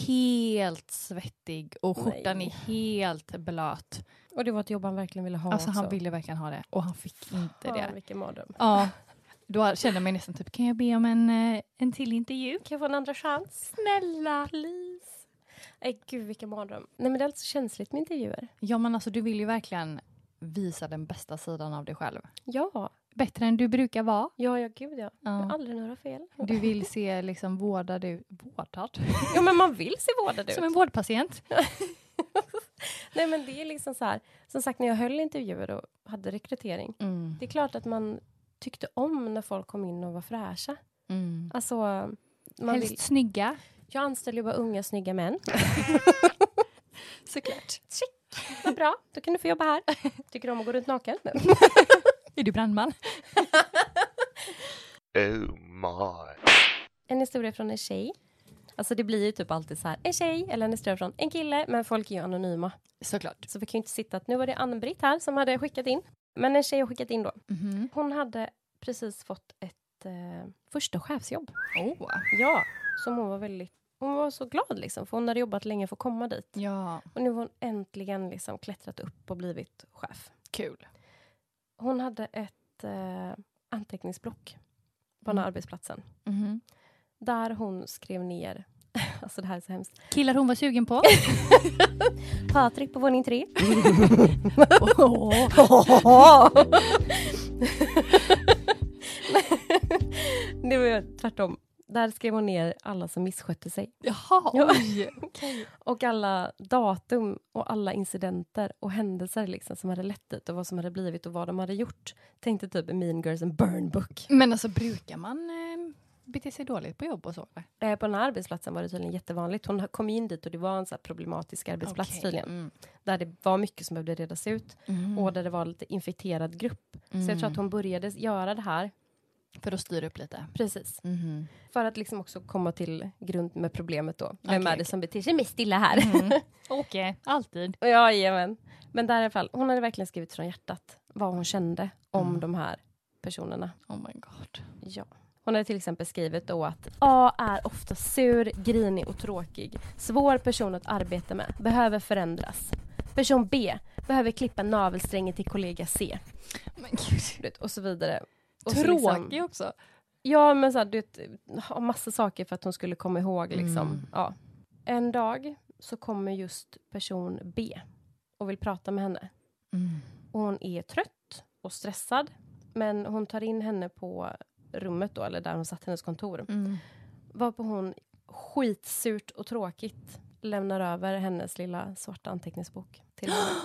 helt svettig och skjortan Nej. är helt blöt. Och det var ett jobb han verkligen ville ha Alltså också. han ville verkligen ha det och han fick inte Fan, det. vilken mardröm. Ja, då kände jag mig nästan typ, kan jag be om en, eh, en till intervju? Kan jag få en andra chans? Snälla. Please. Nej, gud vilken mardröm. Nej, men det är alltså känsligt med intervjuer. Ja, men alltså du vill ju verkligen visa den bästa sidan av dig själv. Ja. Bättre än du brukar vara. Ja, ja, gud ja. Ja. Jag har aldrig några fel. Du vill se liksom vårdad ut. Vårdad? Ja, men man vill se vårdad ut. Som en vårdpatient. Nej, men det är liksom så här. Som sagt, när jag höll intervjuer och hade rekrytering. Mm. Det är klart att man tyckte om när folk kom in och var fräscha. Mm. Alltså, man Helst vill... snygga. Jag anställer ju bara unga, snygga män. Såklart. Check. Vad bra. Då kan du få jobba här. Tycker du om att gå runt naken? Är du brandman? Oh my. En historia från en tjej. Alltså det blir ju typ alltid så här. En tjej eller en historia från en kille. Men folk är ju anonyma. Såklart. Så vi kan ju inte sitta att nu var det Ann-Britt här som hade skickat in. Men en tjej har skickat in då. Mm-hmm. Hon hade precis fått ett eh, första chefsjobb. Oh. Ja, som hon var väldigt... Hon var så glad liksom. För hon hade jobbat länge för att komma dit. Ja, Och nu har hon äntligen liksom klättrat upp och blivit chef. kul. Hon hade ett eh, anteckningsblock på den här Mm. arbetsplatsen. Mm-hmm. Där hon skrev ner... Alltså det här är så hemskt. Killar hon var sugen på? Patrik på våning tre. Det var ju tvärtom. Där skrev hon ner alla som misskötte sig. Jaha, Ja. oj. Okay. Och alla datum och alla incidenter och händelser liksom som hade lett dit och vad som hade blivit och vad de hade gjort. Tänkte typ Mean Girls and Burn Book. Men alltså brukar man eh, bete sig dåligt på jobb och så? Eller? Eh, på den här arbetsplatsen var det tydligen jättevanligt. Hon kom in dit och det var en så här problematisk arbetsplats Okej. tydligen. Mm. Där det var mycket som behövde redas ut. Mm. Och där det var lite infekterad grupp. Mm. Så jag tror att hon började göra det här. För att styra upp lite. Precis. Mm. För att liksom också komma till grund med problemet då. Vem Okej, är det okej. som beter sig mest stilla här? Mm. Okej, okay. Alltid. Ja, jajamän. Men där i alla fall, hon hade verkligen skrivit från hjärtat vad hon kände om Mm. de här personerna. Oh my god. Ja. Hon hade till exempel skrivit då att A är ofta sur, grinig och tråkig. Svår person att arbeta med. Behöver förändras. Person B behöver klippa navelsträngen till kollega C. Men gud. Du vet, och så vidare. Och så Tråkig liksom, också. ja, men så här, du vet, ha massa saker för att hon skulle komma ihåg liksom. Mm. Ja. En dag så kommer just person B och vill prata med henne. Mm. Och hon är trött och stressad. Men hon tar in henne på rummet då, eller där hon satt hennes kontor. Mm. Varpå hon skitsurt och tråkigt lämnar över hennes lilla svarta anteckningsbok till henne.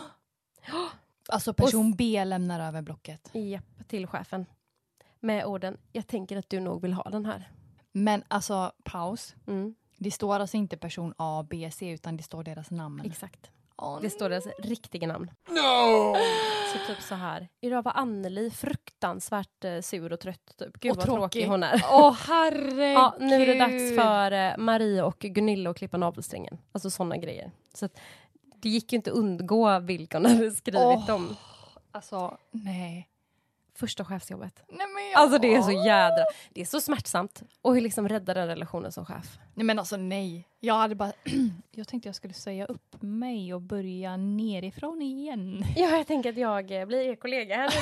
Alltså person B lämnar över blocket. Japp, till chefen. Med orden, jag tänker att du nog vill ha den här. Men alltså, paus. Mm, Det står alltså inte person A, B, C utan det står deras namn. exakt. Oh, Det står deras riktiga namn. No! Så typ så här. Idag var Anneli fruktansvärt eh, sur och trött. Typ. Gud Och vad tråkig. tråkig hon är. Åh, oh, herregud. Ja, nu är det dags för eh, Maria och Gunilla att klippa navelsträngen. Alltså sådana grejer. Så att, det gick ju inte att undgå vilka hon hade skrivit Åh. om. Alltså, nej. Första chefsjobbet. Nej men, jag... Alltså det är så jädra. Det är så smärtsamt. Och hur liksom rädda den relationen som chef. nej men alltså nej. Jag hade bara... jag tänkte jag skulle säga upp mig och börja nerifrån igen. Ja, jag tänker att jag eh, blir er kollega här.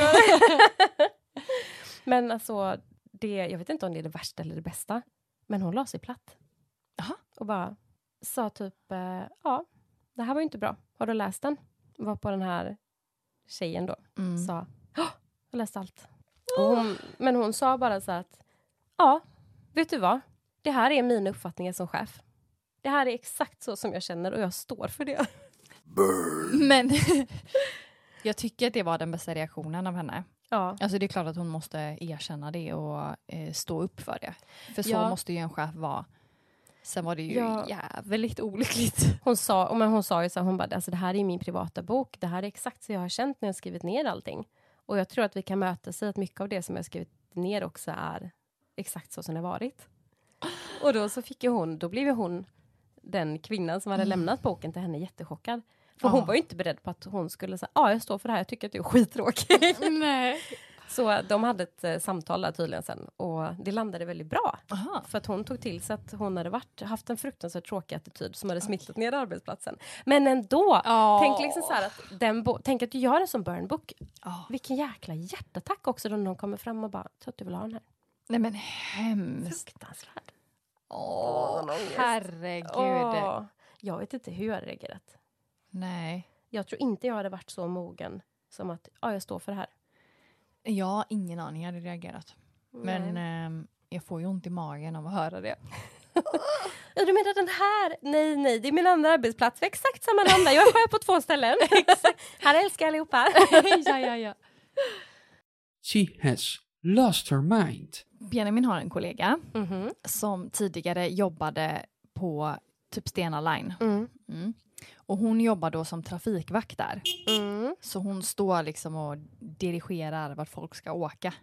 Men alltså, det, jag vet inte om det är det värsta eller det bästa. Men hon la sig platt. Aha. Och bara sa typ, eh, ja, det här var ju inte bra. Har du läst den? Var på den här tjejen då. Mm. Sa, ja, jag läste allt. Och hon, men hon sa bara så att, ja, vet du vad? Det här är mina uppfattningar som chef. Det här är exakt så som jag känner och jag står för det. Men jag tycker att det var den bästa reaktionen av henne. Ja, Alltså det är klart att hon måste erkänna det och eh, stå upp för det. För så Ja. måste ju en chef vara. Sen var det ju Ja. jävligt olyckligt. hon sa, men hon sa ju så här, hon bara, alltså det här är min privata bok. Det här är exakt så jag har känt när jag skrivit ner allting. Och jag tror att vi kan mötas i att mycket av det som jag skrivit ner också är exakt så som det har varit. Och då så fick ju hon, då blev ju hon den kvinnan som hade Mm. lämnat boken till henne jättechockad. För Ja. hon var ju inte beredd på att hon skulle säga, ja jag står för det här, jag tycker att det är skittråkigt. Nej. Så de hade ett eh, samtal där tydligen sen och det landade väldigt bra. Aha. För att hon tog till sig att hon hade varit, haft en fruktansvärt tråkig attityd som hade smittat ner arbetsplatsen. Men ändå, Oh. tänk liksom så här att den bo- tänk att du gör en som burn book. Oh. Vilken jäkla hjärtattack också då någon kommer fram och bara, så att du vill ha den här. Nej men hemskt. Fruktansvärt. Åh, någon ångest. herregud. Åh. Jag vet inte hur jag hade reagerat. Nej. Jag tror inte jag hade varit så mogen som att ja, jag står för det här. Jag har ingen aning, jag hade reagerat. Men eh, jag får ju ont i magen av att höra det. Ja, du menar den här? Nej, nej, det är min andra arbetsplats. Vi är exakt samma namn där. Jag är chef på två ställen. Exakt. Här älskar jag allihopa. ja, ja, ja. She has lost her mind. Benjamin har en kollega Mm-hmm. som tidigare jobbade på typ Stena Line. Mm. Mm. Och hon jobbar då som trafikvakt där. Mm. Så hon står liksom och dirigerar vart folk ska åka.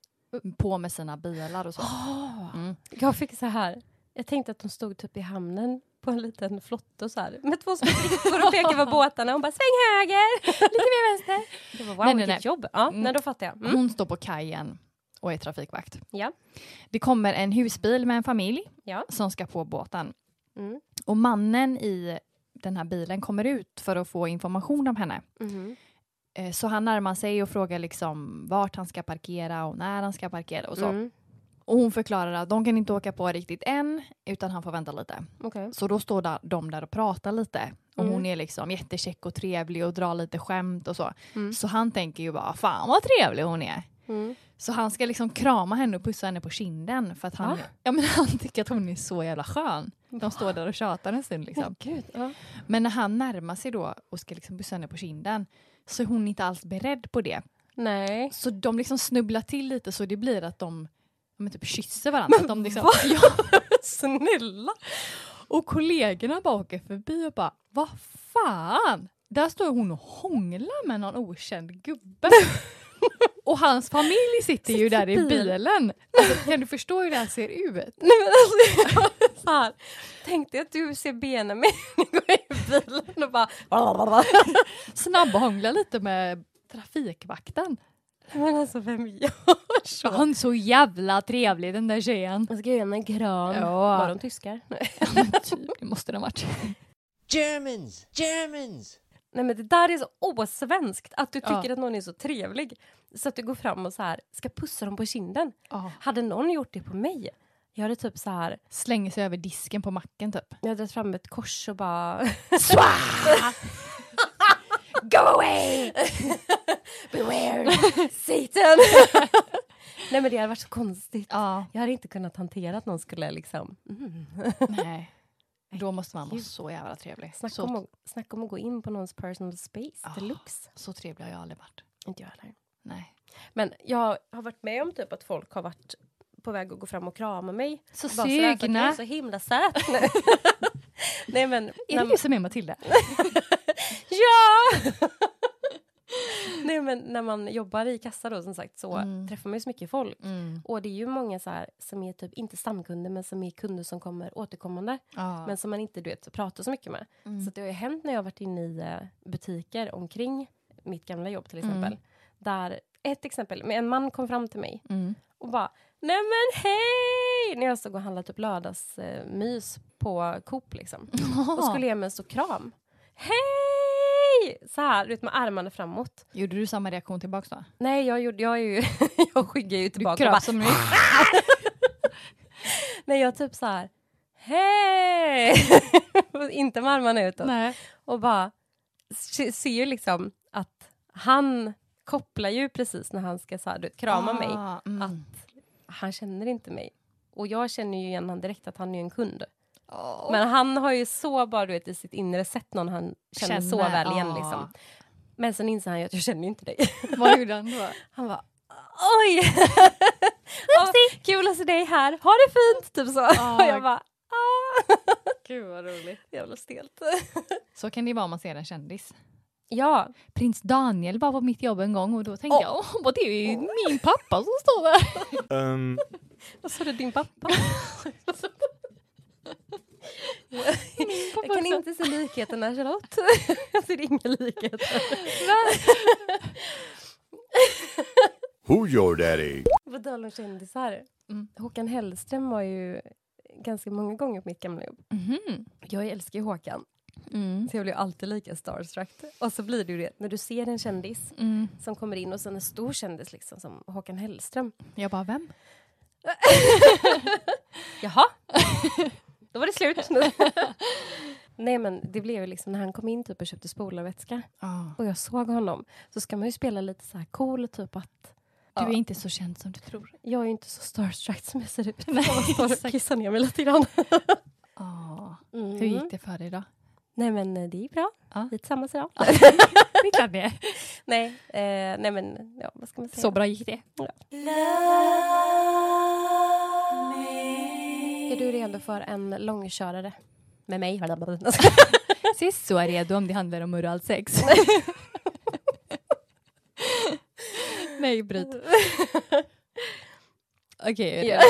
På med sina bilar och så. Oh, Mm. jag fick så här. Jag tänkte att de stod typ i hamnen på en liten flotte och så här. Med två små brickor och pekade på båtarna. Hon bara, sväng höger! Lite mer vänster. Det var wow, Nej, nej, vilket nej. jobb. Ja, Mm. nej, då fattar jag. Mm. Hon står på kajen och är trafikvakt. Ja. Det kommer en husbil med en familj Ja. som ska på båten. Mm. Och mannen i den här bilen kommer ut för att få information om henne. Mm. Eh, Så han närmar sig och frågar liksom vart han ska parkera och när han ska parkera och så. Mm. Och hon förklarar att de kan inte åka på riktigt än utan han får vänta lite. Okej. Så då står da- de där och pratar lite. Och Mm. hon är liksom jättecheck och trevlig och drar lite skämt och så. Mm. Så han tänker ju bara, fan vad trevlig hon är. Mm. Så han ska liksom krama henne och pussa henne på kinden. För att han, Va? ja, men han tycker att hon är så jävla skön. De står där och tjatar en stund liksom. Gud, ja. Men när han närmar sig då och ska liksom pussa henne på kinden så är hon inte alls beredd på det. Nej. Så de liksom snubblar till lite så det blir att de, de typ kysser varandra. Att de liksom, va? ja. Snälla. Och kollegorna bara åker förbi och bara, vad fan? Där står hon och hånglar med någon okänd gubbe. Och hans familj sitter ju där i bilen. Alltså, kan du förstå hur det här ser ut? Nej, men alltså, jag, så här, tänkte att du ser Benjamin gå i bilen och bara Snabbhångla lite med trafikvakten. men alltså vem gör så? Han är så jävla trevlig den där tjejen. Jag ska ge henne en kram. Ja. Var de tyskar? Nej. Ja, men typ, det måste det ha varit. Germans! Germans! Nej, men det där är så osvenskt att du tycker Ja. att någon är så trevlig. Så att du går fram och så här ska pussa dem på kinden. Ja. Hade någon gjort det på mig? Jag hade typ så här, Slänger sig över disken på macken typ. jag hade dragit fram ett kors och bara Go away! beware Satan. Nej, men det hade varit så konstigt. Ja, Jag hade inte kunnat hantera att någon skulle liksom mm. nej. Då måste man vara Gud. så jävla trevlig. snacka, Så, om att, snacka om att gå in på någons personal space Ja. deluxe. så trevlig har jag aldrig varit. Inte jag heller. Nej. Men jag har varit med om typ att folk har varit på väg att gå fram och krama mig. Så Bara sådär, för att jag är sugna. så himla söt. Nej, men Är när- det du som är Matilda? ja! Nej, men när man jobbar i kassa då som sagt så Mm. träffar man ju så mycket folk. Mm. Och det är ju många så här som är typ inte stamkunder men som är kunder som kommer återkommande. Ja. Men som man inte du vet pratar så mycket med. Mm. Så det har ju hänt när jag har varit inne i eh, butiker omkring mitt gamla jobb till exempel. Mm. Där ett exempel, med en man kom fram till mig Mm. och bara, nej men hej! När jag stod och handlade typ lördagsmys eh, mys på Coop liksom. Och skulle ge mig en stor kram. Hej! Så här, du vet, med armarna framåt. Gjorde du samma reaktion tillbaka då? Nej, jag gjorde, jag är ju, jag skyggar ju Du tillbaka. och kröp bara, som nu. nej, jag typ så här, hej! Inte med armarna utåt. Nej. Och bara se- ser ju liksom att han kopplar ju precis när han ska så här, du vet, krama mig. Ah, mm. Att han känner inte mig. Och jag känner ju igen han direkt att han är en kund. Oh. Men han har ju så bara du vet, i sitt inre sett någon han känner, så Känner, väl igen ah. liksom. Men sen inser han ju att jag känner ju inte dig. Vad gjorde han då? Han var oj! Ja, kul att se dig här. Ha det fint! Typ så. Ah. Och jag bara ah. Gud vad roligt. Jävla stelt. Så kan det vara om man ser en kändis. Ja, Prins Daniel var på mitt jobb en gång och då tänkte jag, åh, vad det är ju min pappa som står där. Um, vad sa du, din pappa? Min Jag pappa kan också. inte se likheterna, Charlotte. Jag ser inga likheter. who your daddy? På tal om kändisar. Mm. Håkan Hellström var ju ganska många gånger på mitt gamla jobb. Mhm. Jag älskar ju Håkan. Mm. Så jag blir alltid lika starstruck. Och så blir det ju det, när du ser en kändis Mm. som kommer in och sen en stor kändis liksom som Håkan Hellström. Jag bara, vem? Jaha. Då var det slut. Nej men det blev ju liksom när han kom in typ och köpte spolarvätska. Ah. Och jag såg honom. Så ska man ju spela lite så här cool typ att. Du är ja, inte så känd som du tror. jag är ju inte så starstruck som jag ser ut. Nej, Jag står och exakt. kissar ner mig lite grann. Ah. Mm. Hur gick det för dig då? Nej men eh, det gick bra. Ja. Vi tillsammans idag. Det är klart det. nej, eh, nej men ja, vad ska man säga? Så bra gick det. Är du redo för en långkörare med mig? Se så redo om det handlar om oral sex. Nej, bryt. Okej. Ja.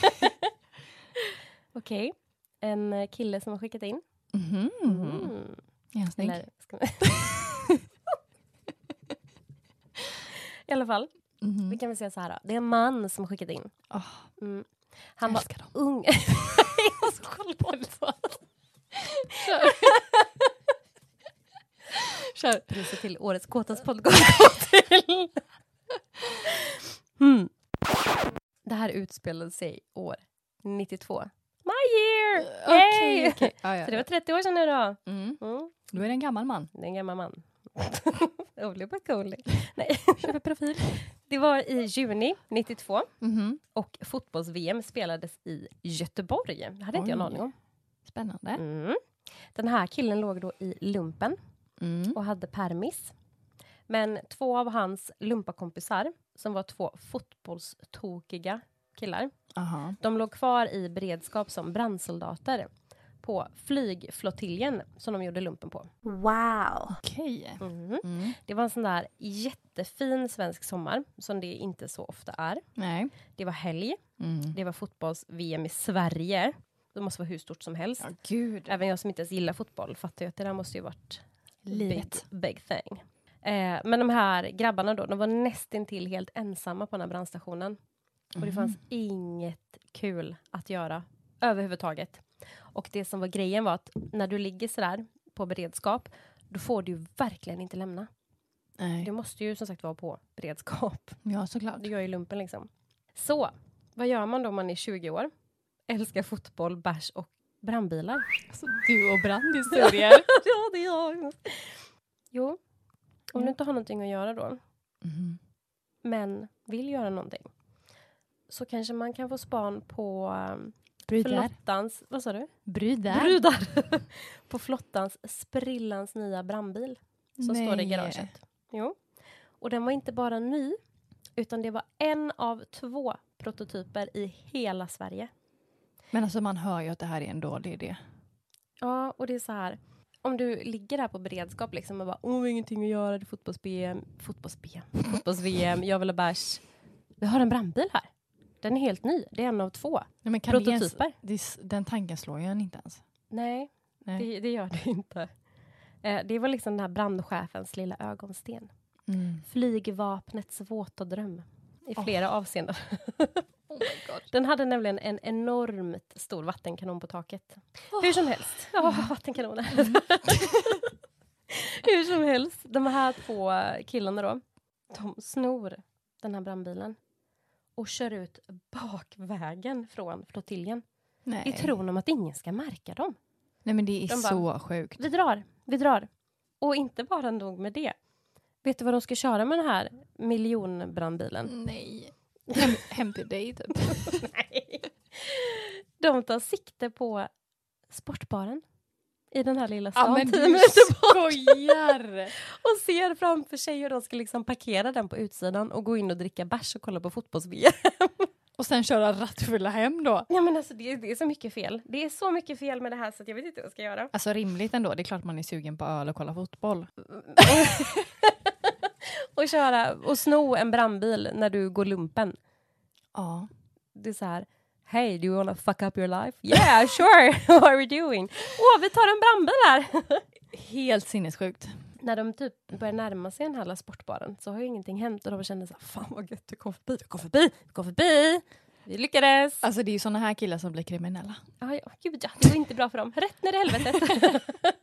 Okej. En kille som har skickat in. Mhm. Mm. Är han snygg? Eller, ska man... I alla fall, Mhm. vi kan väl säga så här då. Det är en man som har skickat in. Åh, Mm. Han jag var älskar dem. ung. Jag ska kolla på det så. Kör. Kör. Priset till årets kåtas podcast till. Mm. Det här utspelade sig år nittiotvå. My year! Okej, Yay! okej. Ja, ja, Så det var ja. trettio år sedan nu då. Mm. Mm. Då är det en gammal man. Det är en gammal man. Olle på Coley. Nej. Köper profil. Det var i juni nittiotvå Mhm. och fotbolls-V M spelades i Göteborg. Det hade inte jag en Oj. aning om. Spännande. Mm. Den här killen låg då i lumpen Mm. och hade permis. Men två av hans lumpakompisar, som var två fotbollstokiga killar, Aha. de låg kvar i beredskap som brandsoldater på flygflottiljen som de gjorde lumpen på. Okej. Mm. Mm. Det var en sån där jättefin svensk sommar, som det inte så ofta är. Nej. Det var helg, Mm. det var fotbolls-V M i Sverige. Det måste vara hur stort som helst. Ja, gud. Även jag som inte ens gillar fotboll fattar ju att det där måste ju varit Livet. big, big thing. Eh, men de här grabbarna då, de var nästintill helt ensamma på den här brandstationen. Och det fanns inget kul att göra överhuvudtaget. Och det som var grejen var att när du ligger sådär på beredskap, då får du ju verkligen inte lämna. Nej. Du måste ju som sagt vara på beredskap. Ja, såklart. Du gör ju lumpen liksom. Så, vad gör man då om man är tjugo år? Älskar fotboll, bärs och brandbilar. Alltså, du och brandhistorier. Ja, det är jag. Jo, om du inte har någonting att göra då, Mhm. men vill göra någonting, så kanske man kan få span på um, Brudar. flottans, vad sa du? Brudar. Brudar. På flottans sprillans nya brandbil som står i Nej. garaget. Jo. Och den var inte bara ny, utan det var en av två prototyper i hela Sverige. Men alltså man hör ju att det här är en dålig idé. Ja, och det är så här. Om du ligger där på beredskap liksom och bara, åh, vi har ingenting att göra, det är fotbolls-B M, fotbolls-B M, fotbolls-V M, jag vill ha bärs. Vi har en brandbil här. Den är helt ny. Det är en av två Nej, men kan prototyper. Det ens, det, s- den tanken slår ju en inte ens. Nej, Nej. det, det gör det inte. Eh, det var liksom den här brandchefens lilla ögonsten. Mm. Flygvapnets våta dröm. I flera avseenden. Oh my God. Den hade nämligen en enormt stor vattenkanon på taket. Hur som helst. Ja, vattenkanoner. Hur som helst. De här två killarna då. De snor den här brandbilen. Och kör ut bakvägen från flottiljen. Nej. I tron om att ingen ska märka dem. Nej, men det är De bara- så sjukt. Vi drar, vi drar. Och inte bara nog med det. Vet du vad de ska köra med den här miljonbrandbilen? Nej. Hem, hem till dig typ. Nej. De tar sikte på sportbaren i den här lilla Ja, stan. men tio du minuter bort. skojar! Och ser framför sig hur de ska liksom parkera den på utsidan och gå in och dricka bärs och kolla på fotbolls-V M. Och sen köra rattfulla hem då. Ja, men alltså det är, det är så mycket fel. Det är så mycket fel med det här så att jag vet inte vad jag ska göra. Alltså rimligt ändå. Det är klart man är sugen på öl och kolla fotboll. Och köra och sno en brandbil när du går lumpen. Ja. Det är så här, hey, do you wanna fuck up your life? Yeah, sure, what are we doing? Åh, vi tar en brandbil här! Helt sinnessjukt. När de typ börjar närma sig den här sportbaren så har ju ingenting hänt och de känner så här, fan vad gött, du kom förbi, du kom förbi, du kom förbi! Vi lyckades! Alltså det är ju såna här killar som blir kriminella. Ah, ja, gud ja, det var inte bra för dem. Rätt ner i helvetet!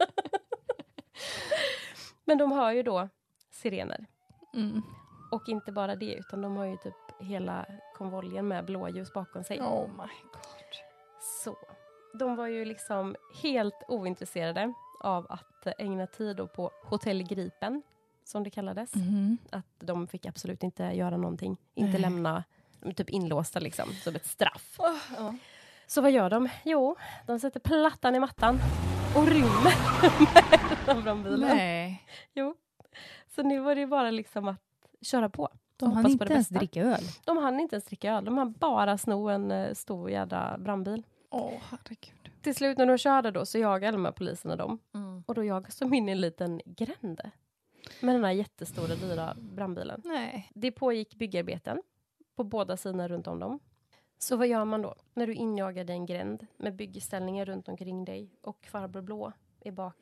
Men de har ju då sirener. Mm. Och inte bara det, utan de har ju typ hela konvojen med blåljus bakom sig. Oh my god. Så, de var ju liksom helt ointresserade av att ägna tid då på Hotell Gripen, som det kallades. Mm. Att de fick absolut inte göra någonting. Inte Nej. lämna, de är typ inlåsta liksom, som ett straff. Oh, ja. Så vad gör de? Jo, de sätter plattan i mattan och rymmer med brandbilen. Nej. Jo. Så nu var det bara liksom att köra på. De hann hoppas på inte det ens bästa. dricka öl. De hann inte ens dricka öl. De hann bara sno en uh, stor jävla brandbil. Åh, oh, herregud. Till slut när de körde då så jagade de här poliserna dem. Mm. Och då jag som in i en liten gränd. Med den här jättestora dyra brandbilen. Nej. Det pågick byggarbeten på båda sidorna runt om dem. Så vad gör man då när du injagar en gränd med byggställningar runt omkring dig och farbror blå är bak?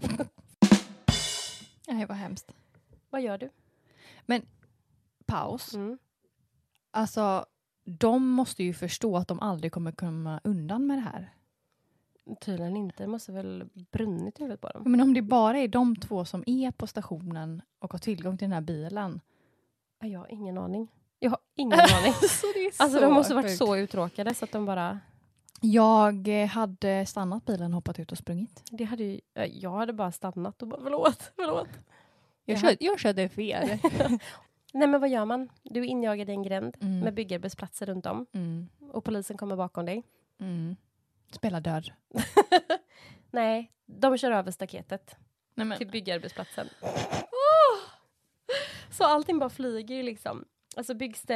Nej, vad hemskt. Vad gör du? Men paus. Mm. Alltså, de måste ju förstå att de aldrig kommer komma undan med det här. Tydligen inte. Det måste väl brunnit i huvudet på dem. Men om det bara är de två som är på stationen och har tillgång till den här bilen. Ja, jag har ingen aning. Jag har ingen aning. Så det är Alltså så de måste varit sjukt. så uttråkade så att de bara... Jag eh, hade stannat bilen och hoppat ut och sprungit. Det hade ju, ja, jag hade bara stannat och bara förlåt, förlåt. Jag, Jag körde, jag körde fel. Nej men vad gör man? Du injagade en gränd Mm. med byggarbetsplatser runt om. Mm. Och polisen kommer bakom dig. Mm. Spela död. Nej, de kör över staketet Nej, men. till byggarbetsplatsen. Så allting bara flyger ju liksom. Alltså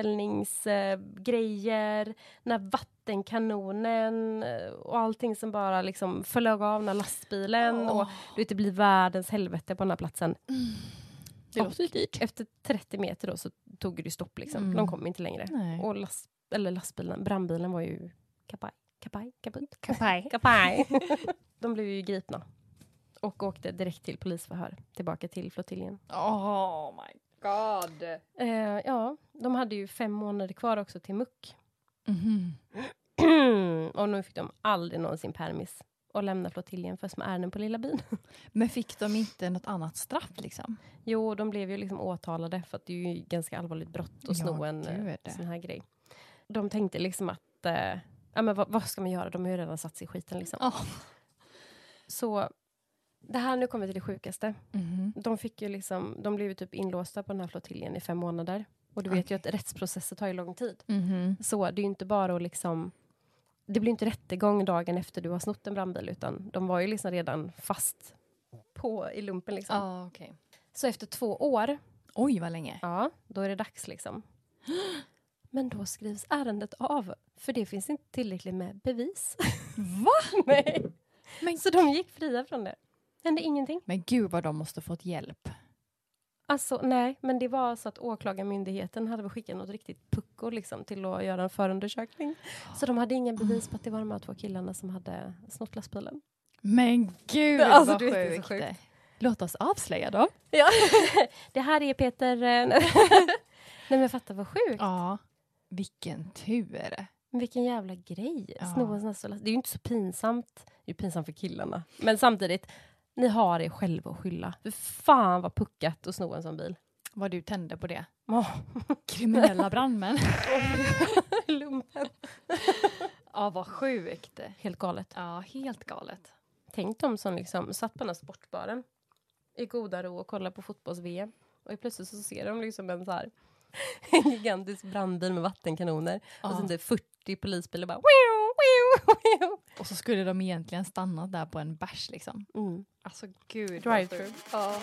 byggställningsgrejer, eh, den här vattenkanonen eh, och allting som bara liksom flög av den här lastbilen. Åh. Och du vet, det blir världens helvete på den här platsen. Det Och låter ju dyrt. Efter trettio meter då så tog det stopp liksom. Mm. De kom inte längre. Nej. Och last, eller lastbilen, brandbilen var ju kapaj, kapaj, kaputt. Kapaj. Kapaj. De blev ju gripna. Och åkte direkt till polisförhör. Tillbaka till flottiljen. Oh my god. Eh, ja, de hade ju fem månader kvar också till muck. Mhm. Och nu fick de aldrig någonsin permis. Och lämna flottiljen för som ärenden på lilla byn. Men fick de inte något annat straff liksom? Jo, de blev ju liksom åtalade. För att det är ju ganska allvarligt brott att sno Ja, en eh, gud. sån här grej. De tänkte liksom att... Eh, ja, men vad, vad ska man göra? De har ju redan satt sig i skiten liksom. Oh. Så det här nu kommer till det sjukaste. Mhm. De fick ju liksom, de blev ju typ inlåsta på den här flottiljen i fem månader. Och du vet ju att rättsprocesser tar ju lång tid. Mhm. Så det är ju inte bara att liksom, det blir inte rättegång dagen efter du har snott en brandbil, utan de var ju liksom redan fast på i lumpen liksom. Ah, okej. Så efter två år, Oj, vad länge. ja, då är det dags liksom. Men då skrivs ärendet av, för det finns inte tillräckligt med bevis. Va? Nej. Men, Så de gick fria från det. Hände ingenting. men gud vad de måste fått hjälp. Alltså nej, men det var så att åklagarmyndigheten hade skickat något riktigt pucko liksom till att göra en förundersökning. Så de hade ingen bevis på att det var de här två killarna som hade snott lastbilen. Men gud Alltså, vad du vet, det är så sjukt. sjukt. Låt oss avslöja dem. Ja. Det här är Peter... eh, Nej men fatta vad sjukt. Ja. Vilken tur. Men vilken jävla grej. Ja. Sno en sån här stor last- Det är ju inte så pinsamt. Det är ju pinsamt för killarna. Men samtidigt, ni har er själva att skylla. För fan vad puckat att sno en sån bil. Vad du tände på det. Oh. Kriminella brandmän. Lumpen. Ja, vad sjukt. Helt galet. Ja, helt galet. Tänk dem som liksom satt på den här sportbaren i goda ro och kollade på fotbolls-V M. Och plötsligt så ser de liksom en så här en gigantisk brandbil med vattenkanoner. Ja. Och sen det fyrtio polisbilar bara... Wiu, wiu, wiu. Och så skulle de egentligen stanna där på en bärs liksom. Mm. Alltså gud. Drive-thru. Ja.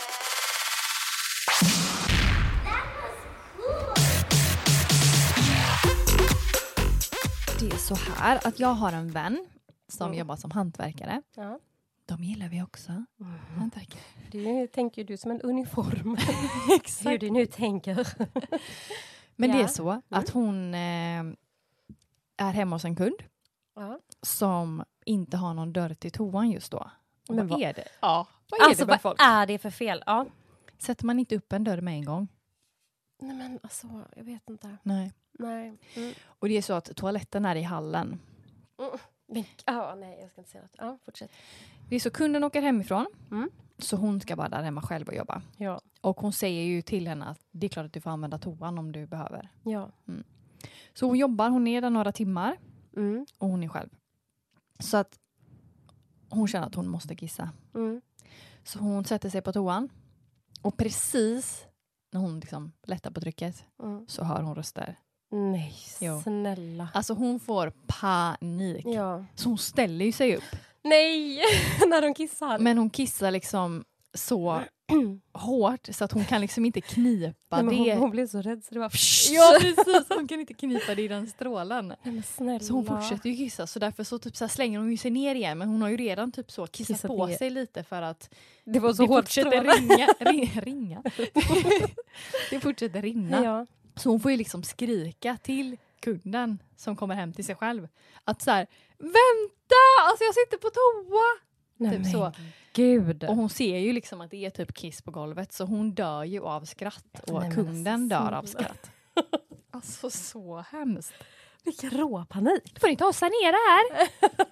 Det är så här att jag har en vän som Mm. jobbar som hantverkare. Ja. De gillar vi också. Mm. Hantverkare. Det tänker du som en uniform. Hur du nu tänker. Men Ja. det är så att hon eh, är hemma hos en kund Ja. som inte har någon dörr till toan just då. Men vad, vad- är det? Ja, vad är Alltså det med vad folk? är det för fel? Ja. Sätter man inte upp en dörr med en gång? Nej men alltså, jag vet inte. Nej. Nej. Mm. Och det är så att toaletten är i hallen. Mm. Men, ah, nej, jag ska inte säga något. Ja, fortsätt. Det är så kunden åker hemifrån. Mm. Så hon ska vara där hemma själv och jobba. Ja. Och hon säger ju till henne att det är klart att du får använda toan om du behöver. Ja. Så hon jobbar, hon är där några timmar Mm. och hon är själv. Så att hon känner att hon måste kissa. Mm. Så hon sätter sig på toan. Och precis när hon liksom lättar på trycket Mm. så hör hon röster. Nej, Jo. snälla. Alltså hon får panik. Ja. Så hon ställer ju sig upp. Nej, när de kissar. Men hon kissar liksom så hårt så att hon kan liksom inte knipa Nej, men det. hon, hon blev så rädd så det var... Ja, precis. Hon kan inte knipa det i den strålen. Nej, men snälla. Så hon fortsätter ju kissa. Så därför så, typ, så här slänger hon ju sig ner igen. Men hon har ju redan typ så kissat Kissat på ner. sig lite för att Det var så det hårt fortsätter strålar. ringa. ring, ringa. Det fortsätter rinna. Ja. Så hon får ju liksom skrika till kunden som kommer hem till sig själv. Att så här, vänta! Alltså jag sitter på toa! Nej, Typ men så. gud. Och hon ser ju liksom att det är typ kiss på golvet. Så hon dör ju av skratt. Och Nej, men kunden alltså, dör av snälla. skratt. Alltså så hemskt. Vilken råpanik. Du får inte ha sanera här.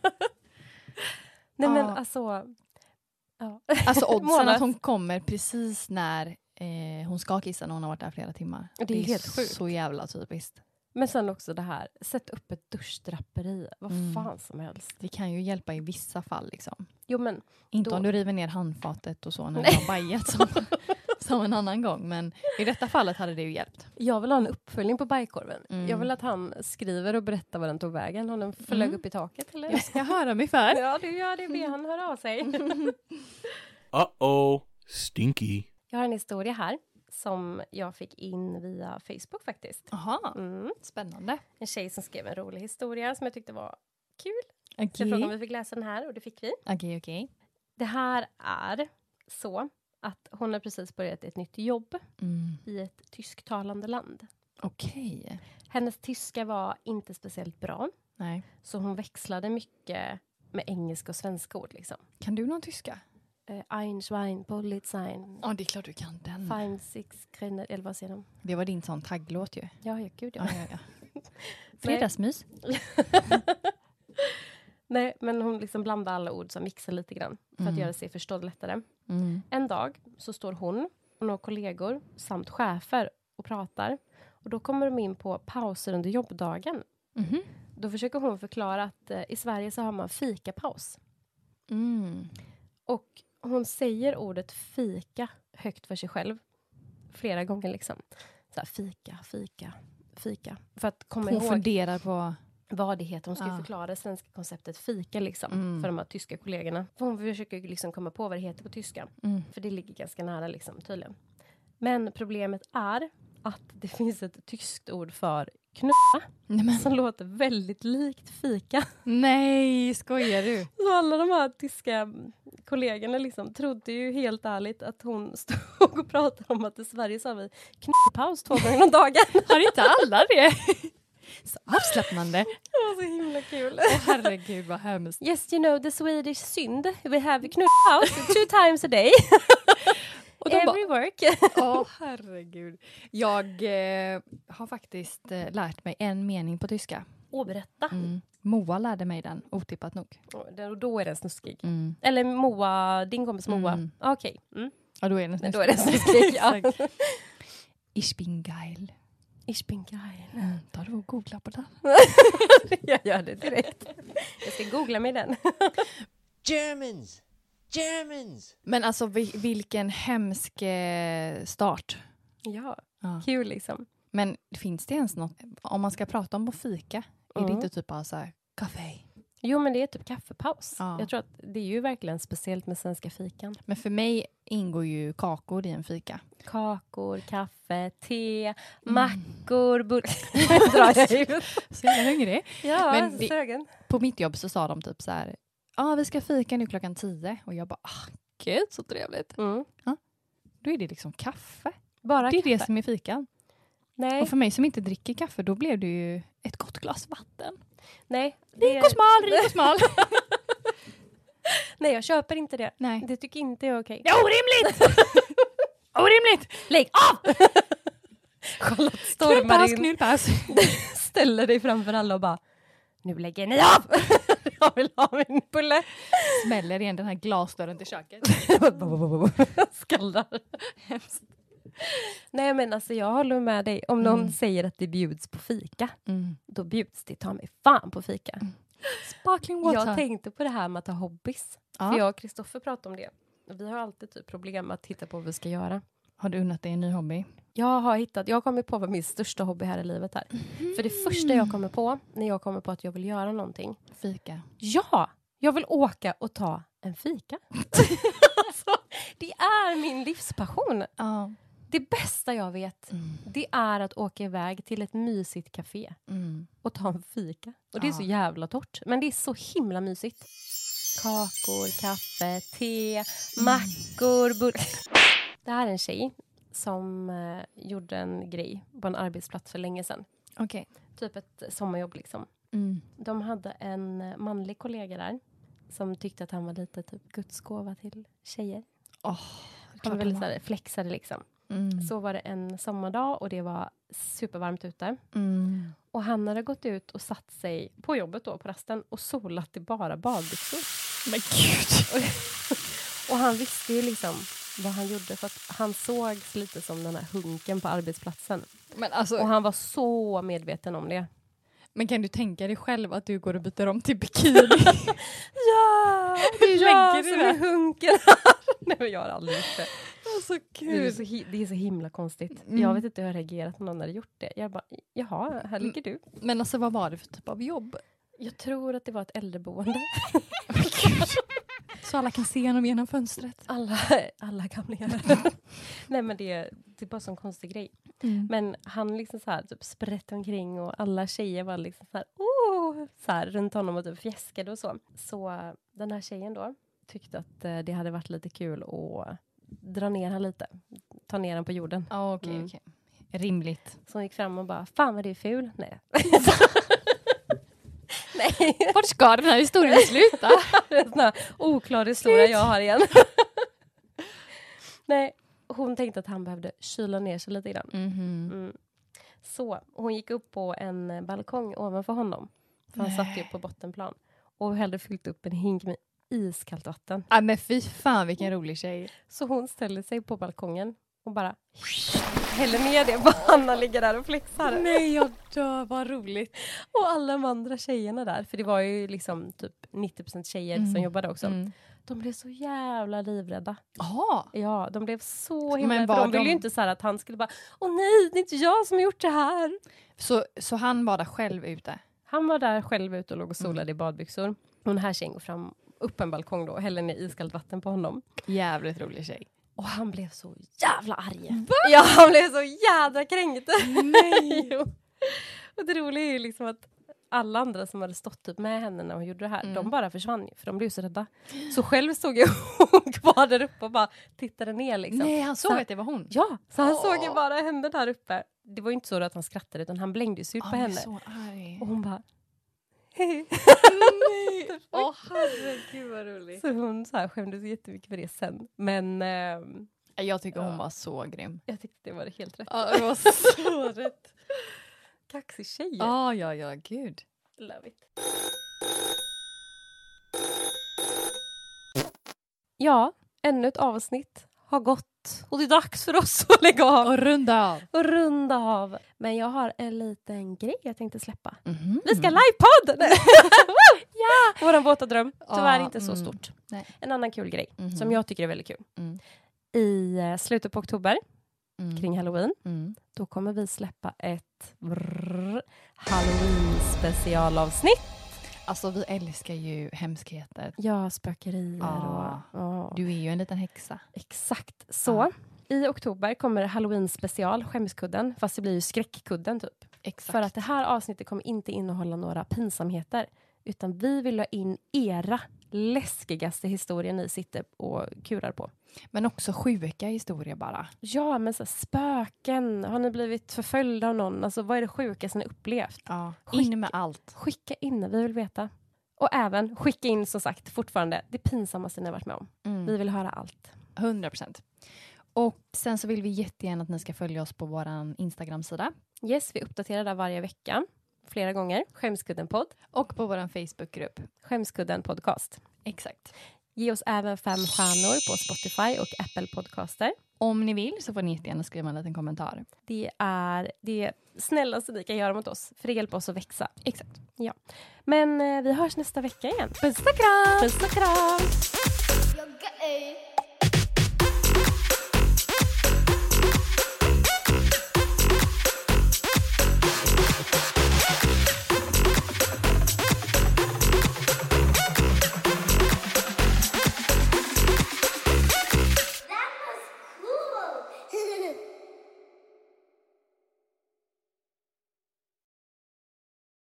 Nej men Ja. alltså... Ja. Alltså oddsen Mona. att hon kommer precis när eh, hon ska kissa när hon har varit där flera timmar. Det är helt sjukt. Så jävla typiskt. Men sen också det här, sätt upp ett duschdraperi. Vad Mm. fan som helst. Det kan ju hjälpa i vissa fall liksom. Jo men, Inte Då- om du river ner handfatet och så när du har bajat som, som en annan gång. Men i detta fallet hade det ju hjälpt. jag vill ha en uppföljning på bajkorven. Mm. Jag vill att han skriver och berättar vad den tog vägen. Har den flög Mm. upp i taket eller? Jag ska höra mig för. Ja, du gör det. Be han höra av sig. Uh-oh. Stinky. Jag har en historia här som jag fick in via Facebook faktiskt. Jaha, Mm. spännande. En tjej som skrev en rolig historia som jag tyckte var kul. Så jag Okej, frågade om vi fick läsa den här och det fick vi. okej, okej. Det här är så att hon har precis börjat ett nytt jobb Mm. i ett tysktalande land. Okej. Hennes tyska var inte speciellt bra. Nej. Så hon växlade mycket med engelska och svenska ord. Liksom. Kan du någon tyska? Eh, Ein, Schwein, Polizei, Ja, det är klart du kan den. Fine, Six, Krenner, eller vad säger de? Det var din sån tagglåt ju. Ja, ja, gud ja. Ja, ja, ja. Fredagsmys. Nej, men hon liksom blandar alla ord som mixar lite grann. För Mm. att göra sig förstådd lättare. Mm. En dag så står hon och några kollegor samt chefer och pratar. Och då kommer de in på pauser under jobbdagen. Mhm. Då försöker hon förklara att eh, i Sverige så har man fikapaus. Mm. Och hon säger ordet fika högt för sig själv. Flera gånger liksom. Så här, fika, fika, fika. För att komma Hon ihåg funderar på... vad det heter. Hon ska ju Ja. förklara det svenska konceptet fika liksom. Mm. För de här tyska kollegorna. För hon försöker ju liksom komma på vad det heter på tyska. Mm. För det ligger ganska nära liksom tydligen. Men problemet är att det finns ett tyskt ord för knulla. Nej, men, Som låter väldigt likt fika. nej, skojar du? Så alla de här tyska kollegorna liksom trodde ju helt ärligt att hon stod och pratade om att i Sverige så har vi knullpaus två gånger om dagen. Har inte alla det? Så avslappnande. Det var så himla kul. Åh herregud vad hemskt. Yes, you know the Swedish synd. We have knullpaus two times a day. Och de Every work. Åh herregud. Jag eh, har faktiskt eh, lärt mig en mening på tyska. Åh, berätta. Mm. Moa lärde mig den, otippat nog. Och då är den snuskig. Mm. Eller Moa, din kompis Moa. Mm. Okej. Mm. Ja, då är den Men då är den snuskig. Ja. Exakt. Ich bin geil. Ich bin geil. Mm. Tar du och googla på den? Jag gör det direkt. Jag ska googla med den. Germans! Germans! Men alltså vi, vilken hemsk eh, start. Ja, Ja. kul liksom. Men finns det ens något, om man ska prata om på fika, är det Mm. inte typ bara så här, kaffe? Jo, men det är typ kaffepaus. Ja. Jag tror att det är ju verkligen speciellt med svenska fikan. Men för mig ingår ju kakor i en fika. Kakor, kaffe, te, Mm. mackor, bullar. Drar jag ut. Så jag är hungrig. Ja, Men vi- sögen. På mitt jobb så sa de typ så här, ja ah, vi ska fika nu klockan tio. Och jag bara, ah, gud så trevligt. Mm. Då är det liksom kaffe. Bara Det är kaffe. det som är fikan. Nej, Och för mig som inte dricker kaffe, då blev det ju ett gott glas vatten. nej. Det Rik och smal, rik och smal. Nej, jag köper inte det. Nej. Det tycker inte jag är okej. Det är orimligt! Orimligt! Lägg av! Charlotte stormar Knullpaus, in, knullpaus. ställer dig framför alla och bara, nu lägger ni av! Jag vill ha min bulle. Smäller igen den här glasdörren till köket. Skallrar. Hemskt. Nej, men alltså jag håller med dig. Om någon Mm. säger att det bjuds på fika, Mm. då bjuds det ta mig fan på fika. Sparkling water. Jag tänkte på det här med att ha hobbys. Ja. För jag och Kristoffer pratade om det. Vi har alltid typ problem med att titta på vad vi ska göra. Har du unnat dig en ny hobby? Jag har hittat, jag har kommit på vad min största hobby här i livet är. Mm. För det första jag kommer på, när jag kommer på att jag vill göra någonting. Fika. Ja, jag vill åka och ta en fika. Alltså, det är min livspassion. Ja. Det bästa jag vet, Mm. det är att åka iväg till ett mysigt café. Mm. Och ta en fika. Och det är Ja. så jävla torrt. Men det är så himla mysigt. Kakor, kaffe, te, mackor, burk. Det här är en tjej som eh, gjorde en grej på en arbetsplats för länge sedan. Okej. Typ ett sommarjobb liksom. Mm. De hade en eh, manlig kollega där. Som tyckte att han var lite typ gudsgåva till tjejer. Oh, Han var väldigt så här, flexade liksom. Mm. Så var det en sommardag och det var supervarmt ute. Mm. Och han hade gått ut och satt sig på jobbet då på rasten och solat i bara badbyxor. Men gud. Och han visste ju liksom vad han gjorde för att han sågs lite som den här hunken på arbetsplatsen. Men, alltså, Och han var så medveten om det. men kan du tänka dig själv att du går och byter om till bikini? Ja! Det är jag Lägger du som det? är hunken här. Nej, men jag har aldrig gjort det. Alltså Det är, så hi- det är så himla konstigt. Mm. Jag vet inte hur jag reagerat om någon hade gjort det. Jag bara, jaha, här ligger du. Men alltså vad var det för typ av jobb? Jag tror att det var ett äldreboende. Så alla kan se honom genom fönstret. Alla, alla gamlingar. Nej, men det, det är bara sån konstig grej. Mm. Men han liksom så här typ sprätt omkring och alla tjejer var liksom så här, oh, så här runt honom och typ fjäskade och så. Så uh, den här tjejen då tyckte att uh, det hade varit lite kul att dra ner han lite. Ta ner han på jorden. Ja, okej, Mm. okej. Rimligt. Så hon gick fram och bara, fan vad du är ful. Nej. Nej. Vart ska den här historien sluta? Det är en sån här oklar historia jag har igen. Nej, hon tänkte att han behövde kyla ner sig lite grann. Mhm. Mm. Så hon gick upp på en eh, balkong ovanför honom. För han satt ju på bottenplan. Och hade fyllt upp en hink med iskallt vatten. Ja, men fy fan vilken rolig tjej. Så hon ställer sig på balkongen och bara häller ner det på Hanna ligger där och flexar. Nej, jag dör, vad roligt. Och alla de andra tjejerna där, för det var ju liksom typ nittio procent tjejer Mm. som jobbade också. Mm. De blev så jävla livrädda. Jaha. Ja, de blev så himla... Men för var de ville de- ju inte så här att han skulle bara, åh nej, det är inte jag som har gjort det här. Så, så han var där själv ute? Han var där själv ute och låg och solade i badbyxor. Och den här tjejen går fram upp en balkong då och häller ner iskallt vatten på honom. Jävligt rolig tjej. Och han blev så jävla arg. Ja, han blev så jävla kränkt. Nej. Jo. Och det roliga är ju liksom att alla andra som hade stått typ med henne när hon gjorde det här, Mm. de bara försvann ju, för de blev så rädda. Så själv stod jag kvar där uppe och bara tittade ner liksom. Nej, han såg Så- att det var hon. Ja, så han Åh. såg ju bara henne där uppe. Det var ju inte så att han skrattade, utan han blängde ju sig ut på Han är henne. så arg. Och hon bara... Hej. Nej. Åh, herregud vad roligt. Så hon så här skämdes jättemycket för det sen. Men ehm, Jag tycker hon Ja. var så grym. jag tyckte det var helt rätt. Ja, det var så rätt. Kaxig tjej. Ja, ja, ja, gud. Love it. Ja, ännu ett avsnitt har gått. Och det är dags för oss att lägga av. Och runda av. Och runda av. Men jag har en liten grej jag tänkte släppa. Mhm. Vi ska livepodd! Nej. Ja! Våran våta dröm. Tyvärr Ja, inte så mm. stort. Nej. En annan kul grej Mhm. som jag tycker är väldigt kul. Mm. I eh, slutet på oktober, Mm. kring Halloween, Mm. då kommer vi släppa ett brrr, Halloween-specialavsnitt. Alltså vi älskar ju hemskheter. Ja, spökerier Ja. och... Ja, Du är ju en liten häxa. exakt. Så, Ja. i oktober kommer Halloween-special, skämskudden. Fast det blir ju skräckkudden typ. Exakt. För att det här avsnittet kommer inte innehålla några pinsamheter. Utan vi vill ha in era läskigaste historier ni sitter och kurar på. Men också sjuka historier bara. Ja, men så här, spöken. Har ni blivit förföljda av någon? Alltså, vad är det sjukaste ni upplevt? Ja. Skick- In med allt. Skicka in, vi vill veta. Och även skicka in, som sagt, fortfarande det pinsammaste ni har varit med om. Mm. Vi vill höra allt. hundra procent. Och sen så vill vi jättegärna att ni ska följa oss på vår Instagram-sida. Yes, vi uppdaterar där varje vecka. Flera gånger. Skämskudden podd. Och på vår Facebookgrupp. Skämskudden podcast. Exakt. Ge oss även fem stjärnor på Spotify och Apple Podcaster. Om ni vill så får ni jättegärna skriva en liten kommentar. Det är det snällaste ni kan göra mot oss. För det hjälper oss att växa. Exakt. Ja. Men eh, vi hörs nästa vecka igen. Puss och kram! Puss och kram! You're gay.